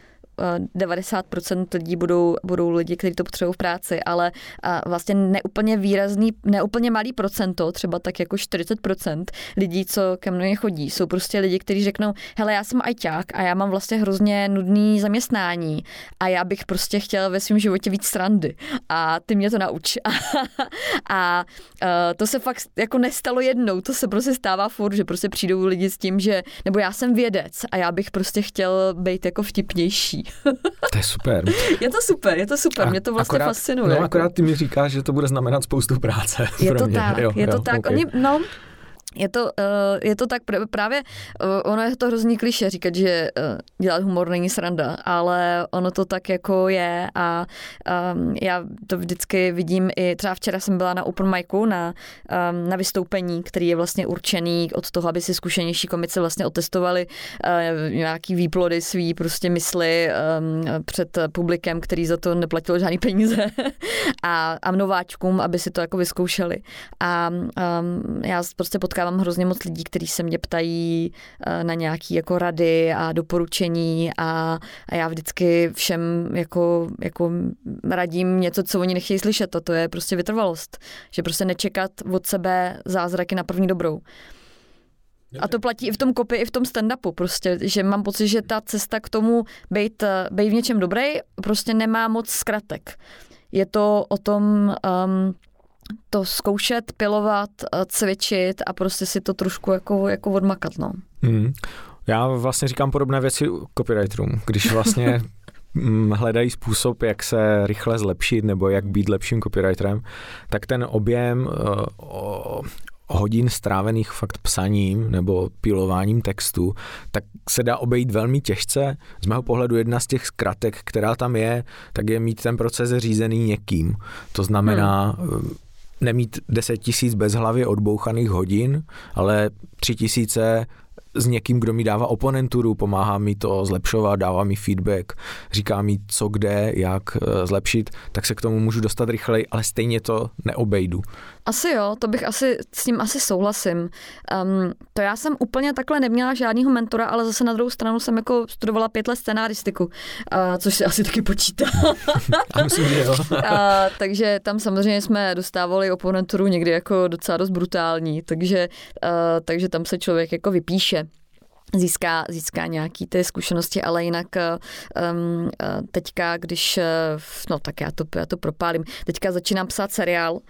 90% lidí budou lidi, kteří to potřebují v práci, ale vlastně neúplně malý procento, třeba tak jako 40% lidí, co ke mně chodí, jsou prostě lidi, kteří řeknou, hele, já jsem ajťák a já mám vlastně hrozně nudný zaměstnání a já bych prostě chtěl ve svém životě víc srandy a ty mě to nauč. A to se fakt jako nestalo jednou, to se prostě stává furt, že prostě přijdou lidi s tím, že nebo já jsem vědec a já bych prostě chtěl být jako vtipnější. To je super. Je to super, mě to vlastně fascinuje. No akorát ty mi říkáš, že to bude znamenat spoustu práce. Je pro to mě. tak, jo, tak. Okay. Je to tak právě, ono je to hrozný klišé říkat, že dělat humor není sranda, ale ono to tak jako je a já to vždycky vidím i, třeba včera jsem byla na open micu, na vystoupení, který je vlastně určený od toho, aby si zkušenější komici vlastně otestovali nějaký výplody svý prostě mysli před publikem, který za to neplatilo žádný peníze a nováčkům, aby si to jako vyzkoušeli. A já prostě potkávám hrozně moc lidí, kteří se mě ptají na nějaké jako rady a doporučení a já vždycky všem jako radím něco, co oni nechtějí slyšet a to je prostě vytrvalost. Že prostě nečekat od sebe zázraky na první dobrou. A to platí i v tom copy, i v tom stand-upu prostě, že mám pocit, že ta cesta k tomu být v něčem dobrý prostě nemá moc zkratek. Je to o tom to zkoušet, pilovat, cvičit a prostě si to trošku jako odmakat, no. Já vlastně říkám podobné věci copywriterům, když vlastně hledají způsob, jak se rychle zlepšit nebo jak být lepším copywriterem, tak ten objem hodin strávených fakt psaním nebo pilováním textu, tak se dá obejít velmi těžce. Z mého pohledu jedna z těch zkratek, která tam je, tak je mít ten proces řízený někým. To znamená nemít 10 000 bezhlavě odbouchaných hodin, ale 3 000 s někým, kdo mi dává oponenturu, pomáhá mi to zlepšovat, dává mi feedback, říká mi co kde, jak zlepšit, tak se k tomu můžu dostat rychleji, ale stejně to neobejdu. Asi jo, to bych s tím asi souhlasím. To já jsem úplně takhle neměla žádnýho mentora, ale zase na druhou stranu jsem jako studovala 5 let scenaristiku, což se asi taky počítá. A myslím, že jo. Takže tam samozřejmě jsme dostávali oponenturu někdy jako docela dost brutální, takže tam se člověk jako vypíše. Získá nějaký ty zkušenosti, ale jinak teďka, když, no tak já to propálím, teďka začínám psát seriál,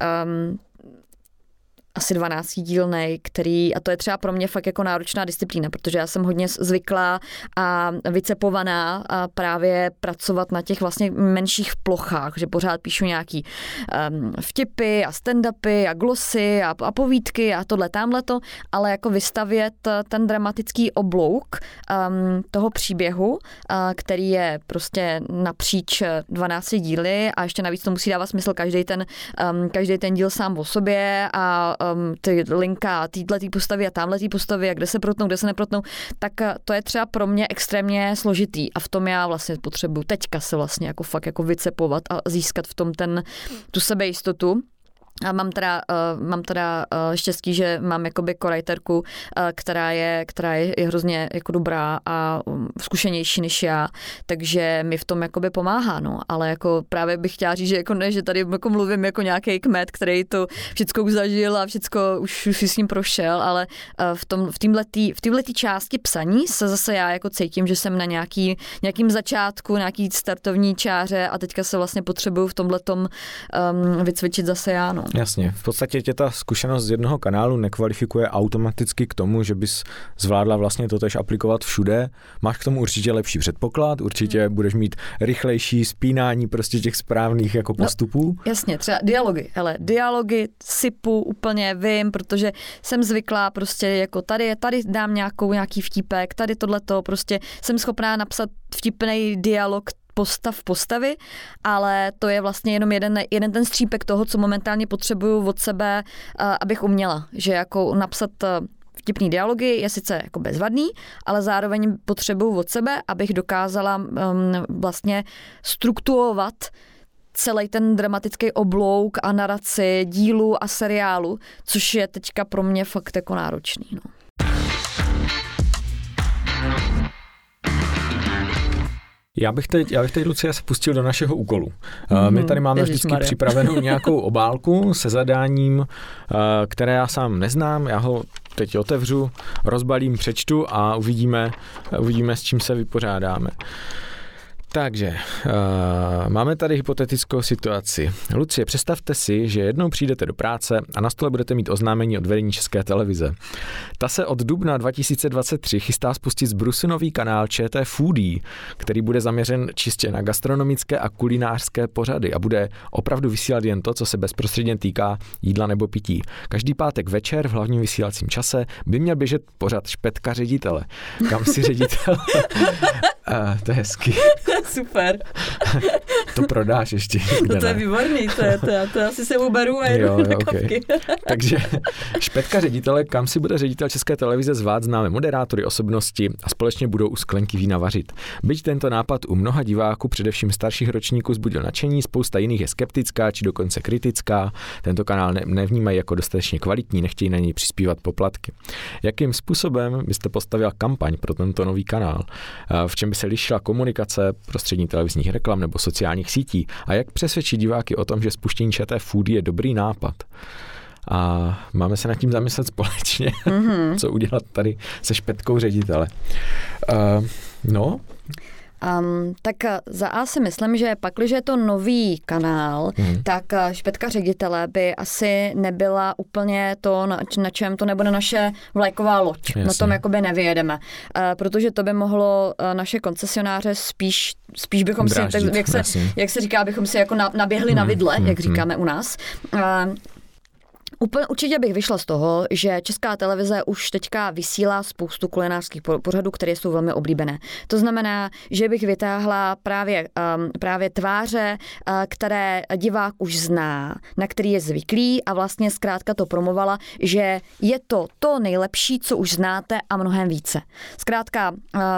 asi 12dílnej, a to je třeba pro mě fakt jako náročná disciplína, protože já jsem hodně zvyklá a vycepovaná a právě pracovat na těch vlastně menších plochách, že pořád píšu nějaký vtipy a stand-upy a glosy a povídky a tohle tamhleto, ale jako vystavět ten dramatický oblouk toho příběhu, který je prostě napříč 12 díly a ještě navíc to musí dávat smysl každý ten díl sám o sobě a ty linka týhletý postavy a tamhletý postavy a kde se protnou, kde se neprotnou, tak to je třeba pro mě extrémně složitý a v tom já vlastně potřebuji teďka se vlastně jako fakt jako vycepovat a získat v tom tu sebejistotu. A mám teda štěstí, že mám jakoby korajterku, která je hrozně jako dobrá a zkušenější než já, takže mi v tom jakoby pomáhá, no, ale jako právě bych chtěla říct, že jako ne, že tady jako mluvím jako nějaký kmet, který to všecko už zažil a všecko už si s ním prošel, ale v této části psaní se zase já jako cítím, že jsem na nějakým začátku, nějaký startovní čáře a teďka se vlastně potřebuju v tomhletom vycvičit zase já, no. Jasně, v podstatě tě ta zkušenost z jednoho kanálu nekvalifikuje automaticky k tomu, že bys zvládla vlastně to též aplikovat všude. Máš k tomu určitě lepší předpoklad, určitě budeš mít rychlejší spínání prostě těch správných jako postupů. No, jasně, třeba dialogy sypu úplně vím, protože jsem zvyklá prostě jako tady dám nějaký vtípek, tady tohleto, prostě jsem schopná napsat vtipný dialog postavy, ale to je vlastně jenom jeden ten střípek toho, co momentálně potřebuju od sebe, abych uměla. Že jako napsat vtipný dialogy je sice jako bezvadný, ale zároveň potřebuju od sebe, abych dokázala vlastně strukturovat celý ten dramatický oblouk a naraci dílu a seriálu, což je teďka pro mě fakt jako náročný. No. Já bych teď, Lucie, se pustil do našeho úkolu. My tady máme vždycky připravenou nějakou obálku se zadáním, které já sám neznám. Já ho teď otevřu, rozbalím, přečtu a uvidíme, s čím se vypořádáme. Takže máme tady hypotetickou situaci. Lucie, představte si, že jednou přijdete do práce a na stole budete mít oznámení od vedení České televize. Ta se od dubna 2023 chystá spustit zbrusunový kanál ČT Foodie, který bude zaměřen čistě na gastronomické a kulinářské pořady a bude opravdu vysílat jen to, co se bezprostředně týká jídla nebo pití. Každý pátek večer v hlavním vysílacím čase by měl běžet pořad Špetka ředitele. Kam si ředitel... to je hezký. Super. To prodáš ještě. No to je výborný, to asi se uberu a jedu na kapky. Takže Špetka ředitele, kam si bude ředitel České televize zvát známé moderátory, osobnosti a společně budou u sklenky vína vařit. Byť tento nápad u mnoha diváků, především starších ročníků, vzbudil nadšení, spousta jiných je skeptická či dokonce kritická. Tento kanál nevnímají jako dostatečně kvalitní, nechtějí na něj přispívat poplatky. Jakým způsobem byste postavila kampaň pro tento nový kanál? V čem by se lišila komunikace prostřední televizních reklam nebo sociálních sítí a jak přesvědčit diváky o tom, že spuštění ČT Foodie je dobrý nápad? A máme se nad tím zamyslet společně, co udělat tady se Špetkou ředitele. Tak za A si myslím, že pakliže je to nový kanál, tak Špetka ředitele by asi nebyla úplně to, na čem to nebude naše vlajková loď. Jasně. Na tom jakoby nevyjedeme. Protože to by mohlo naše koncesionáře spíš bychom dráždit, si, jak se říká, bychom si jako naběhli na vidle, jak říkáme u nás. Určitě bych vyšla z toho, že Česká televize už teďka vysílá spoustu kulinářských pořadů, které jsou velmi oblíbené. To znamená, že bych vytáhla právě tváře, které divák už zná, na který je zvyklý a vlastně zkrátka to promovala, že je to nejlepší, co už znáte a mnohem více. Zkrátka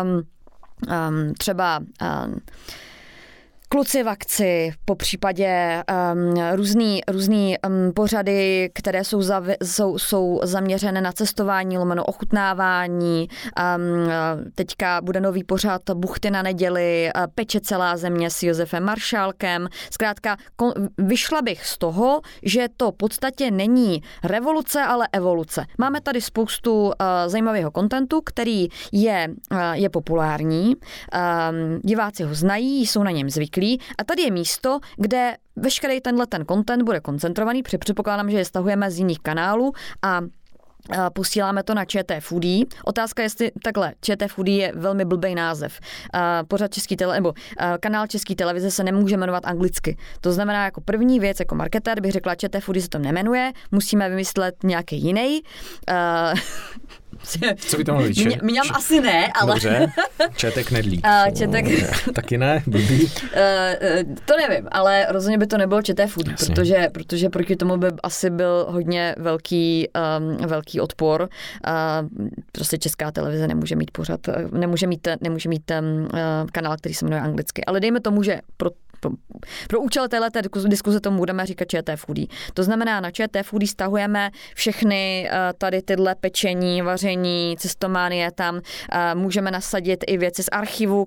třeba Kluci v akci, po případě různý pořady, které jsou zaměřené na cestování, lomeno ochutnávání. Teďka bude nový pořad Buchty na neděli, Peče celá země s Josefem Maršálkem. Zkrátka, vyšla bych z toho, že to v podstatě není revoluce, ale evoluce. Máme tady spoustu zajímavého kontentu, který je populární. Diváci ho znají, jsou na něm zvyklí. A tady je místo, kde veškerý ten content bude koncentrovaný, předpokládám, že je stahujeme z jiných kanálů a posíláme to na ČT Foodie. Otázka, jestli takhle, ČT Foodie je velmi blbej název. Pořad kanál České televize se nemůže jmenovat anglicky. To znamená, jako první věc, jako marketér bych řekla, ČT Foodie se to nemenuje, musíme vymyslet nějaký jiný. Co by to mohlo být? Mňam asi ne, ale... Dobře, Četek Nedlík. Taky ne, blbý. To nevím, ale rozhodně by to nebylo ČT Foodie, protože proti tomu by asi byl hodně velký odpor. Prostě Česká televize nemůže mít pořad, nemůže mít kanál, který se jmenuje anglicky. Ale dejme tomu, že pro účel téhleté diskuze tomu budeme říkat ČT Foodie. To znamená, na ČT Foodie stahujeme všechny tady tyhle pečení, vaření, cestománie tam. Můžeme nasadit i věci z archivu,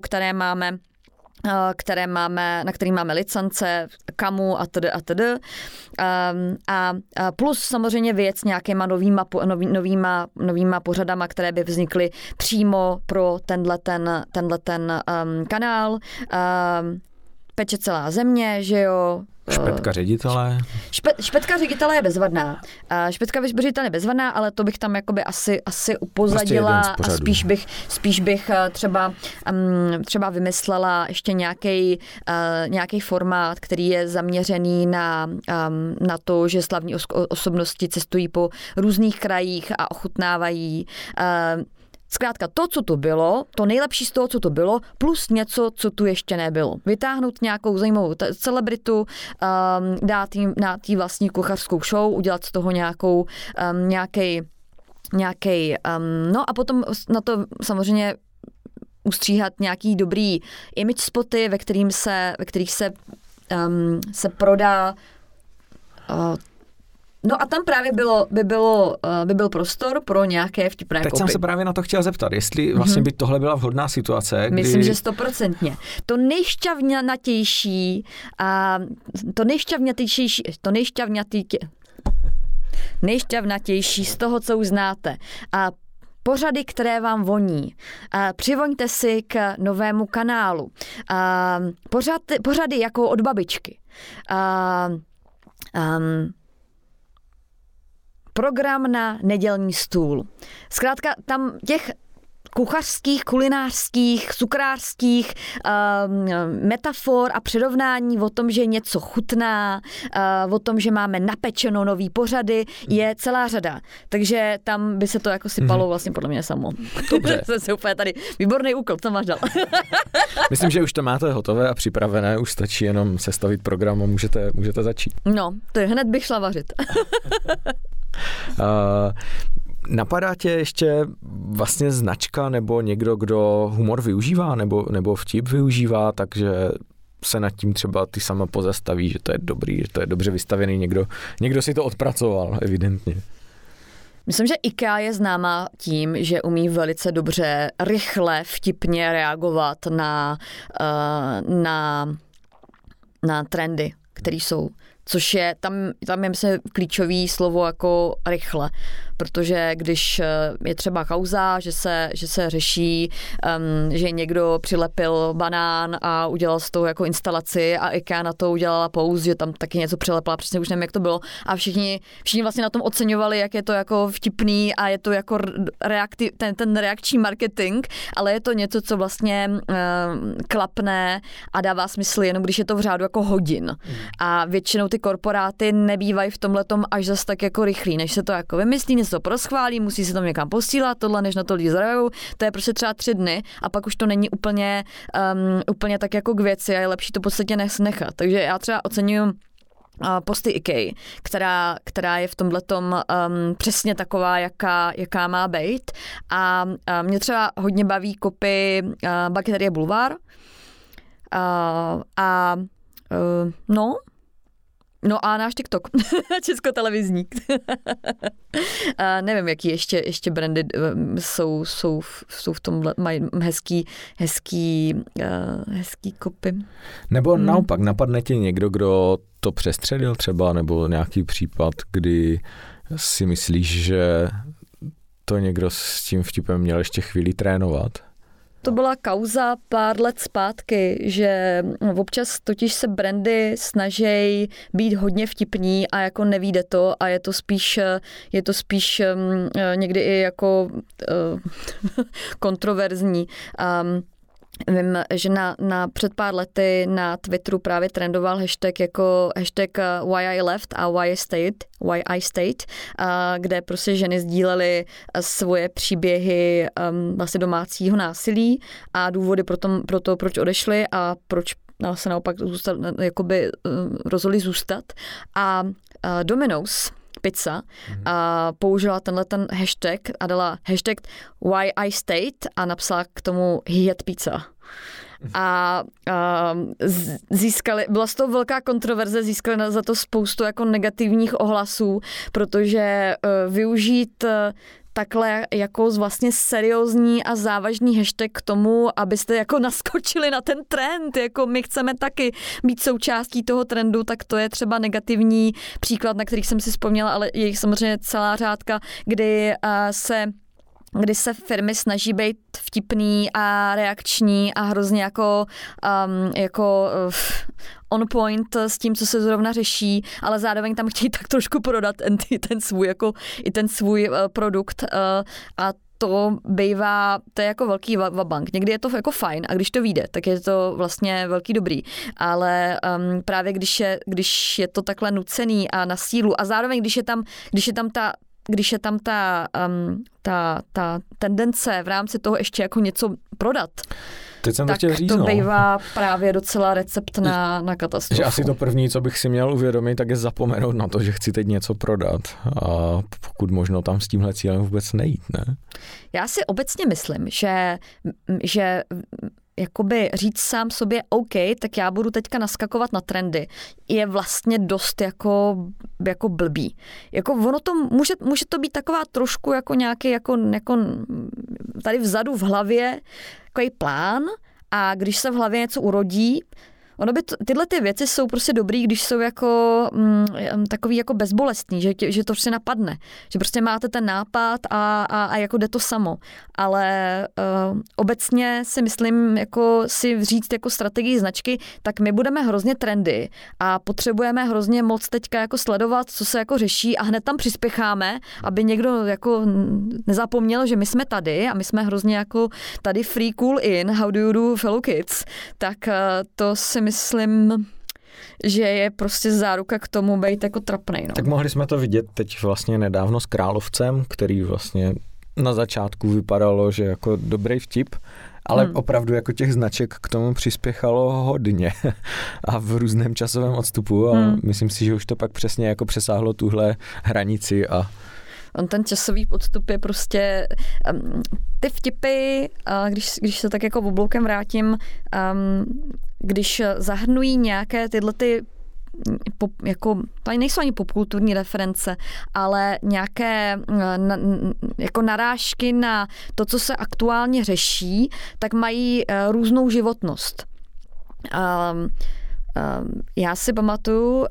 na který máme licence, kamu a td. A plus samozřejmě věc nějakýma novýma pořadama, které by vznikly přímo pro tenhle kanál. Peče celá země, že jo. Špetka ředitele. Špetka ředitele je bezvadná. Špetka ředitele je bezvadná, ale to bych tam jakoby asi upozadila a spíš bych třeba vymyslela ještě nějaký formát, který je zaměřený na to, že slavní osobnosti cestují po různých krajích a ochutnávají. Zkrátka to, co tu bylo, to nejlepší z toho, co tu bylo, plus něco, co tu ještě nebylo. Vytáhnout nějakou zajímavou celebritu, dát jí vlastní kuchařskou show, udělat z toho nějaký, no a potom na to samozřejmě ustříhat nějaký dobrý image spoty, ve kterých se prodá. No a tam právě by byl prostor pro nějaké vtipné kopy. Teď jsem se právě na to chtěl zeptat, jestli vlastně by tohle byla vhodná situace. Kdy... Myslím, že 100%. Nejšťavnatější z toho, co už znáte. A pořady, které vám voní. Přivoňte si k novému kanálu. Pořady jako od babičky. Program na nedělní stůl. Zkrátka tam těch kuchařských, kulinářských, cukrářských metafor a přirovnání o tom, že něco chutná, o tom, že máme napečeno nový pořady, je celá řada. Takže tam by se to jako sypalo vlastně podle mě samo. Dobře. Jsem se úplně tady, výborný úkol, co máš dal? Myslím, že už to máte hotové a připravené, už stačí jenom sestavit program a můžete začít. No, to je hned bych šla vařit. Napadá tě ještě vlastně značka nebo někdo, kdo humor využívá nebo vtip využívá, takže se nad tím třeba ty sama pozastaví, že to je dobrý, že to je dobře vystavený, někdo si to odpracoval, evidentně. Myslím, že IKEA je známá tím, že umí velice dobře, rychle, vtipně reagovat na trendy, které jsou. Což je, tam je myslím klíčový slovo jako rychle, protože když je třeba kauza, že se řeší, že někdo přilepil banán a udělal s tou jako instalaci a IKEA na to udělala pouz, že tam taky něco přilepila, přesně už nevím, jak to bylo a všichni vlastně na tom oceňovali, jak je to jako vtipný a je to jako ten reakční marketing, ale je to něco, co vlastně klapne a dává smysl jenom, když je to v řádu jako hodin. A většinou ty korporáty nebývají v tomhletom až zas tak jako rychlý, než se to jako vymyslí, něco to proschválí, musí se tam někam posílat, tohle, než na to lidi zareagují, to je prostě třeba 3 dny a pak už to není úplně tak jako k věci a je lepší to v podstatě nechat. Takže já třeba oceňuji posty IKEA, která je v tomhletom přesně taková, jaká má být. A mě třeba hodně baví kopy Baketerie Bulvár. No a náš TikTok, českotelevizní. Nevím, jaký ještě brandy jsou v tomhle, mají hezký kopy. Nebo naopak, napadne tě někdo, kdo to přestřelil třeba, nebo nějaký případ, kdy si myslíš, že to někdo s tím vtipem měl ještě chvíli trénovat? To byla kauza pár let zpátky, že občas totiž se brandy snaží být hodně vtipní a jako nevíde to a je to spíš někdy i jako kontroverzní. Vím, že na před pár lety na Twitteru právě trendoval hashtag why I left a why I stayed, kde prostě ženy sdílely svoje příběhy vlastně domácího násilí a důvody pro to, proč odešly a proč se naopak rozhodli zůstat. A Domino's Pizza použila ten hashtag a dala hashtag why I stayed a napsala k tomu he had pizza. A byla z toho velká kontroverze, získali za to spoustu jako negativních ohlasů, protože využít takhle jako vlastně seriózní a závažný hashtag k tomu, abyste jako naskočili na ten trend, jako my chceme taky být součástí toho trendu, tak to je třeba negativní příklad, na kterých jsem si vzpomněla, ale je jich samozřejmě celá řádka, kdy se firmy snaží být vtipný a reakční a hrozně jako on point s tím, co se zrovna řeší, ale zároveň tam chtějí tak trošku prodat ten svůj produkt a to je jako velký vabank. Někdy je to jako fajn a když to vyjde, tak je to vlastně velký dobrý. Ale právě když je to takhle nucený a na sílu a zároveň, když je tam když je tam ta tendence v rámci toho ještě jako něco prodat, Teď jsem tak chtěl říct, to bývá právě docela recept na katastrofu. Že asi to první, co bych si měl uvědomit, tak je zapomenout na to, že chci teď něco prodat a pokud možno tam s tímhle cílem vůbec nejít, ne? Já si obecně myslím, že jakoby říct sám sobě OK, tak já budu teďka naskakovat na trendy, je vlastně dost jako blbý. Jako ono to může to být taková trošku jako nějaký jako tady vzadu v hlavě takový plán a když se v hlavě něco urodí, tyhle ty věci jsou prostě dobrý, když jsou jako takový jako bezbolestní, že to prostě napadne. Že prostě máte ten nápad a jako jde to samo. Ale obecně si myslím, jako si říct jako strategii značky, tak my budeme hrozně trendy a potřebujeme hrozně moc teďka jako sledovat, co se jako řeší a hned tam přispěcháme, aby někdo jako nezapomněl, že my jsme tady a my jsme hrozně jako tady free cool in, how do you do fellow kids, tak to si myslím, že je prostě záruka k tomu být jako trapnej. No. Tak mohli jsme to vidět teď vlastně nedávno s Královcem, který vlastně na začátku vypadalo, že jako dobrý vtip, ale opravdu jako těch značek k tomu přispěchalo hodně a v různém časovém odstupu a myslím si, že už to pak přesně jako přesáhlo tuhle hranici a on ten časový podstup je prostě, ty vtipy, když se tak jako obloukem vrátím, když zahrnují nějaké tyhle ty jako, tady nejsou ani popkulturní reference, ale nějaké jako narážky na to, co se aktuálně řeší, tak mají různou životnost. Já si pamatuju,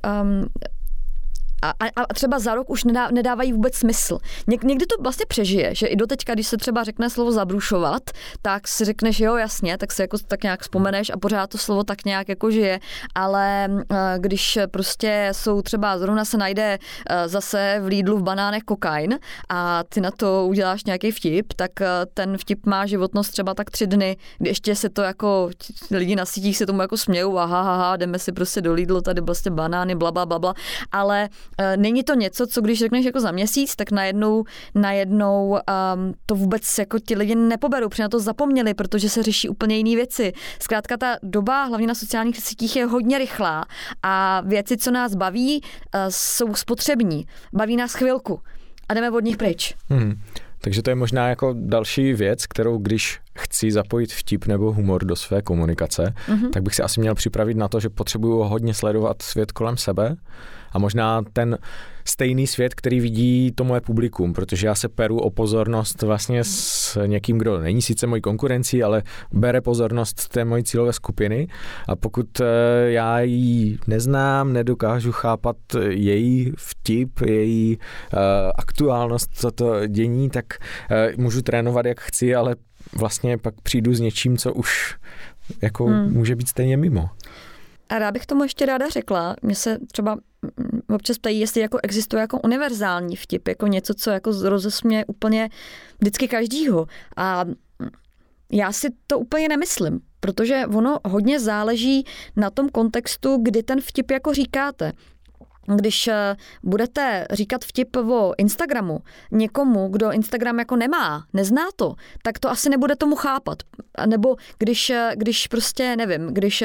a třeba za rok už nedávají vůbec smysl. Někdy to vlastně přežije, že i doteďka, když se třeba řekne slovo zabrušovat, tak si řekneš, jo, jasně, tak se jako tak nějak vzpomeneš a pořád to slovo tak nějak jako žije, ale když prostě jsou třeba, zrovna se najde zase v Lidlu v banánech kokain a ty na to uděláš nějaký vtip, tak ten vtip má životnost třeba tak 3 dny, kdy ještě se to jako, lidi na sítích se tomu jako smějou, aha, jdeme si prostě do Lidlu, tady vlastně banány, blablabla, ale není to něco, co když řekneš jako za měsíc, tak najednou to vůbec jako ti lidi nepoberou, protože na to zapomněli, protože se řeší úplně jiné věci. Zkrátka ta doba, hlavně na sociálních sítích, je hodně rychlá a věci, co nás baví, jsou spotřební. Baví nás chvilku a jdeme od nich pryč. Takže to je možná jako další věc, kterou když chci zapojit vtip nebo humor do své komunikace, tak bych si asi měl připravit na to, že potřebuju hodně sledovat svět kolem sebe a možná ten stejný svět, který vidí to moje publikum, protože já se peru o pozornost vlastně s někým, kdo není sice mojí konkurencí, ale bere pozornost té mojí cílové skupiny a pokud já ji neznám, nedokážu chápat její vtip, její aktuálnost za to dění, tak můžu trénovat jak chci, ale vlastně pak přijdu s něčím, co už jako může být stejně mimo. A já bych tomu ještě ráda řekla, mě se třeba občas ptají, jestli jako existuje jako univerzální vtip, jako něco, co jako rozesměje úplně vždycky každýho. A já si to úplně nemyslím, protože ono hodně záleží na tom kontextu, kdy ten vtip jako říkáte. Když budete říkat vtip o Instagramu někomu, kdo Instagram jako nemá, nezná to, tak to asi nebude tomu chápat. Nebo když prostě, nevím, když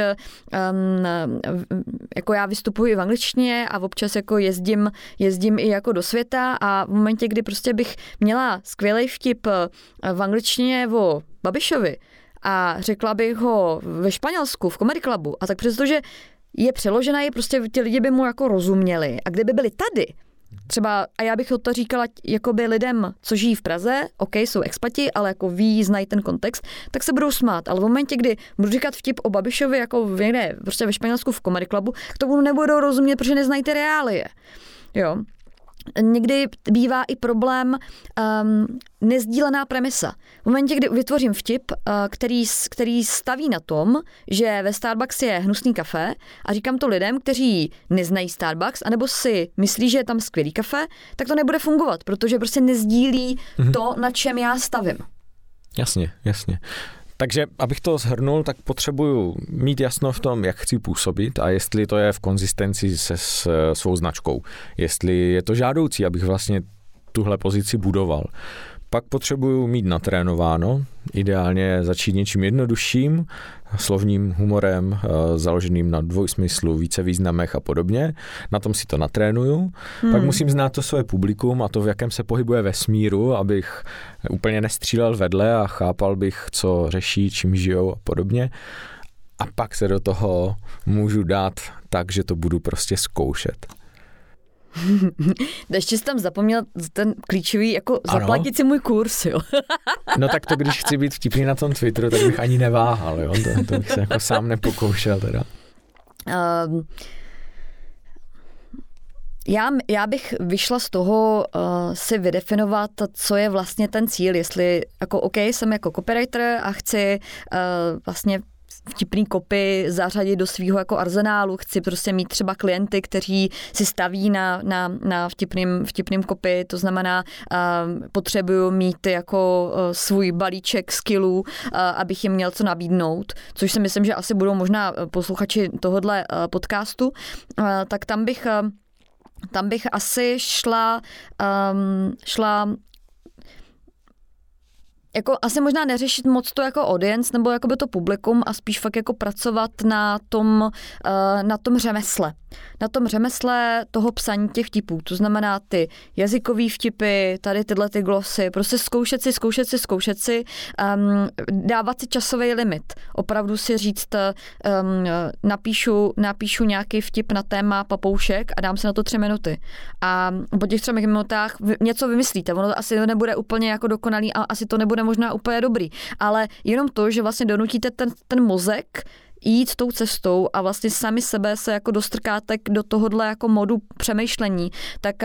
jako já vystupuji v angličtině a občas jako jezdím i jako do světa a v momentě, kdy prostě bych měla skvělý vtip v angličtině o Babišovi a řekla bych ho ve Španělsku v Comedy Clubu a tak přestože je přeložená, prostě ti lidi by mu jako rozuměli. A kdyby byli tady, třeba, a já bych to říkala jakoby lidem, co žijí v Praze, OK, jsou expati, ale jako ví, znají ten kontext, tak se budou smát. Ale v momentě, kdy budu říkat vtip o Babišovi jako někde prostě ve Španělsku v Comedy Clubu, k tomu nebudou rozumět, protože neznají ty reálie. Jo. Někdy bývá i problém nezdílená premisa. V momentě, kdy vytvořím vtip, který staví na tom, že ve Starbucks je hnusný kafe a říkám to lidem, kteří neznají Starbucks, anebo si myslí, že je tam skvělý kafe, tak to nebude fungovat, protože prostě nezdílí to, na čem já stavím. Jasně. Takže, abych to shrnul, tak potřebuju mít jasno v tom, jak chci působit a jestli to je v konzistenci se svou značkou. Jestli je to žádoucí, abych vlastně tuhle pozici budoval. Pak potřebuju mít natrénováno, ideálně začít něčím jednodušším, slovním humorem, založeným na dvojsmyslu, více významech a podobně. Na tom si to natrénuju. Pak musím znát to svoje publikum a to, v jakém se pohybuje vesmíru, abych úplně nestřílel vedle a chápal bych, co řeší, čím žijou a podobně. A pak se do toho můžu dát tak, že to budu prostě zkoušet. Ještě jsi tam zapomněl ten klíčový, jako zaplatit si můj kurz, jo. No tak to, když chci být vtipný na tom Twitteru, tak bych ani neváhal, jo. To bych se jako sám nepokoušel teda. Já bych vyšla z toho si vydefinovat, co je vlastně ten cíl, jestli jako OK, jsem jako copywriter a chci vlastně vtipný copy zařadit do svého jako arzenálu, chci prostě mít třeba klienty, kteří si staví na vtipným copy, to znamená, potřebuju mít jako svůj balíček skillů, abych jim měl co nabídnout, což si myslím, že asi budou možná posluchači tohodle podcastu, tak tam bych asi šla jako asi možná neřešit moc to jako audience nebo jako by to publikum a spíš fakt jako pracovat na tom řemesle. Na tom řemesle toho psaní těch vtipů. To znamená ty jazykový vtipy, tady tyhle ty glosy, prostě zkoušet si, dávat si časový limit. Opravdu si říct, napíšu nějaký vtip na téma papoušek a dám si na to 3 minuty. A po těch 3 minutách něco vymyslíte. Ono asi nebude úplně jako dokonalý a asi to nebude možná úplně dobrý. Ale jenom to, že vlastně donutíte ten mozek jít tou cestou a vlastně sami sebe se jako dostrkáte do tohohle jako modu přemýšlení, tak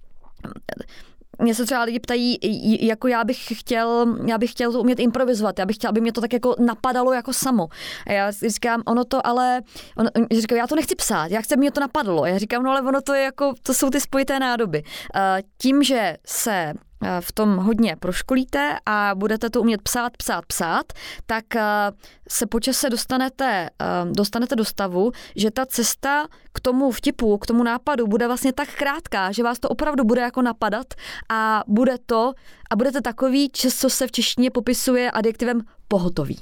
mě se třeba lidi ptají, jako já bych chtěl to umět improvizovat, já bych chtěl, aby mě to tak jako napadalo jako samo. A já říkám, říkám, já to nechci psát, já chci, aby mě to napadlo. A já říkám, no ale ono to je jako, to jsou ty spojité nádoby. Tím, že se v tom hodně proškolíte a budete to umět psát, tak se po čase dostanete do stavu, že ta cesta k tomu vtipu, k tomu nápadu bude vlastně tak krátká, že vás to opravdu bude jako napadat a budete takový, co se v češtině popisuje adjektivem pohotový.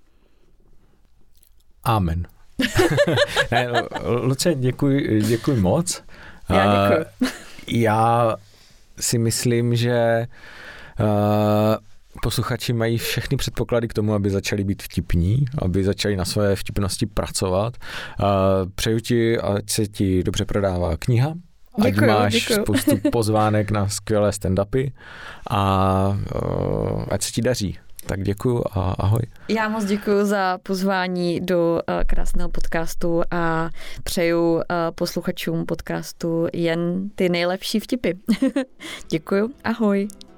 Amen. Luce, děkuji moc. Já děkuji. Já si myslím, že posluchači mají všechny předpoklady k tomu, aby začali být vtipní, aby začali na své vtipnosti pracovat. Přeju ti, ať se ti dobře prodává kniha, ať máš spoustu pozvánek na skvělé stand-upy a ať se ti daří. Tak děkuju a ahoj. Já moc děkuju za pozvání do krásného podcastu a přeju posluchačům podcastu jen ty nejlepší vtipy. Děkuju, ahoj.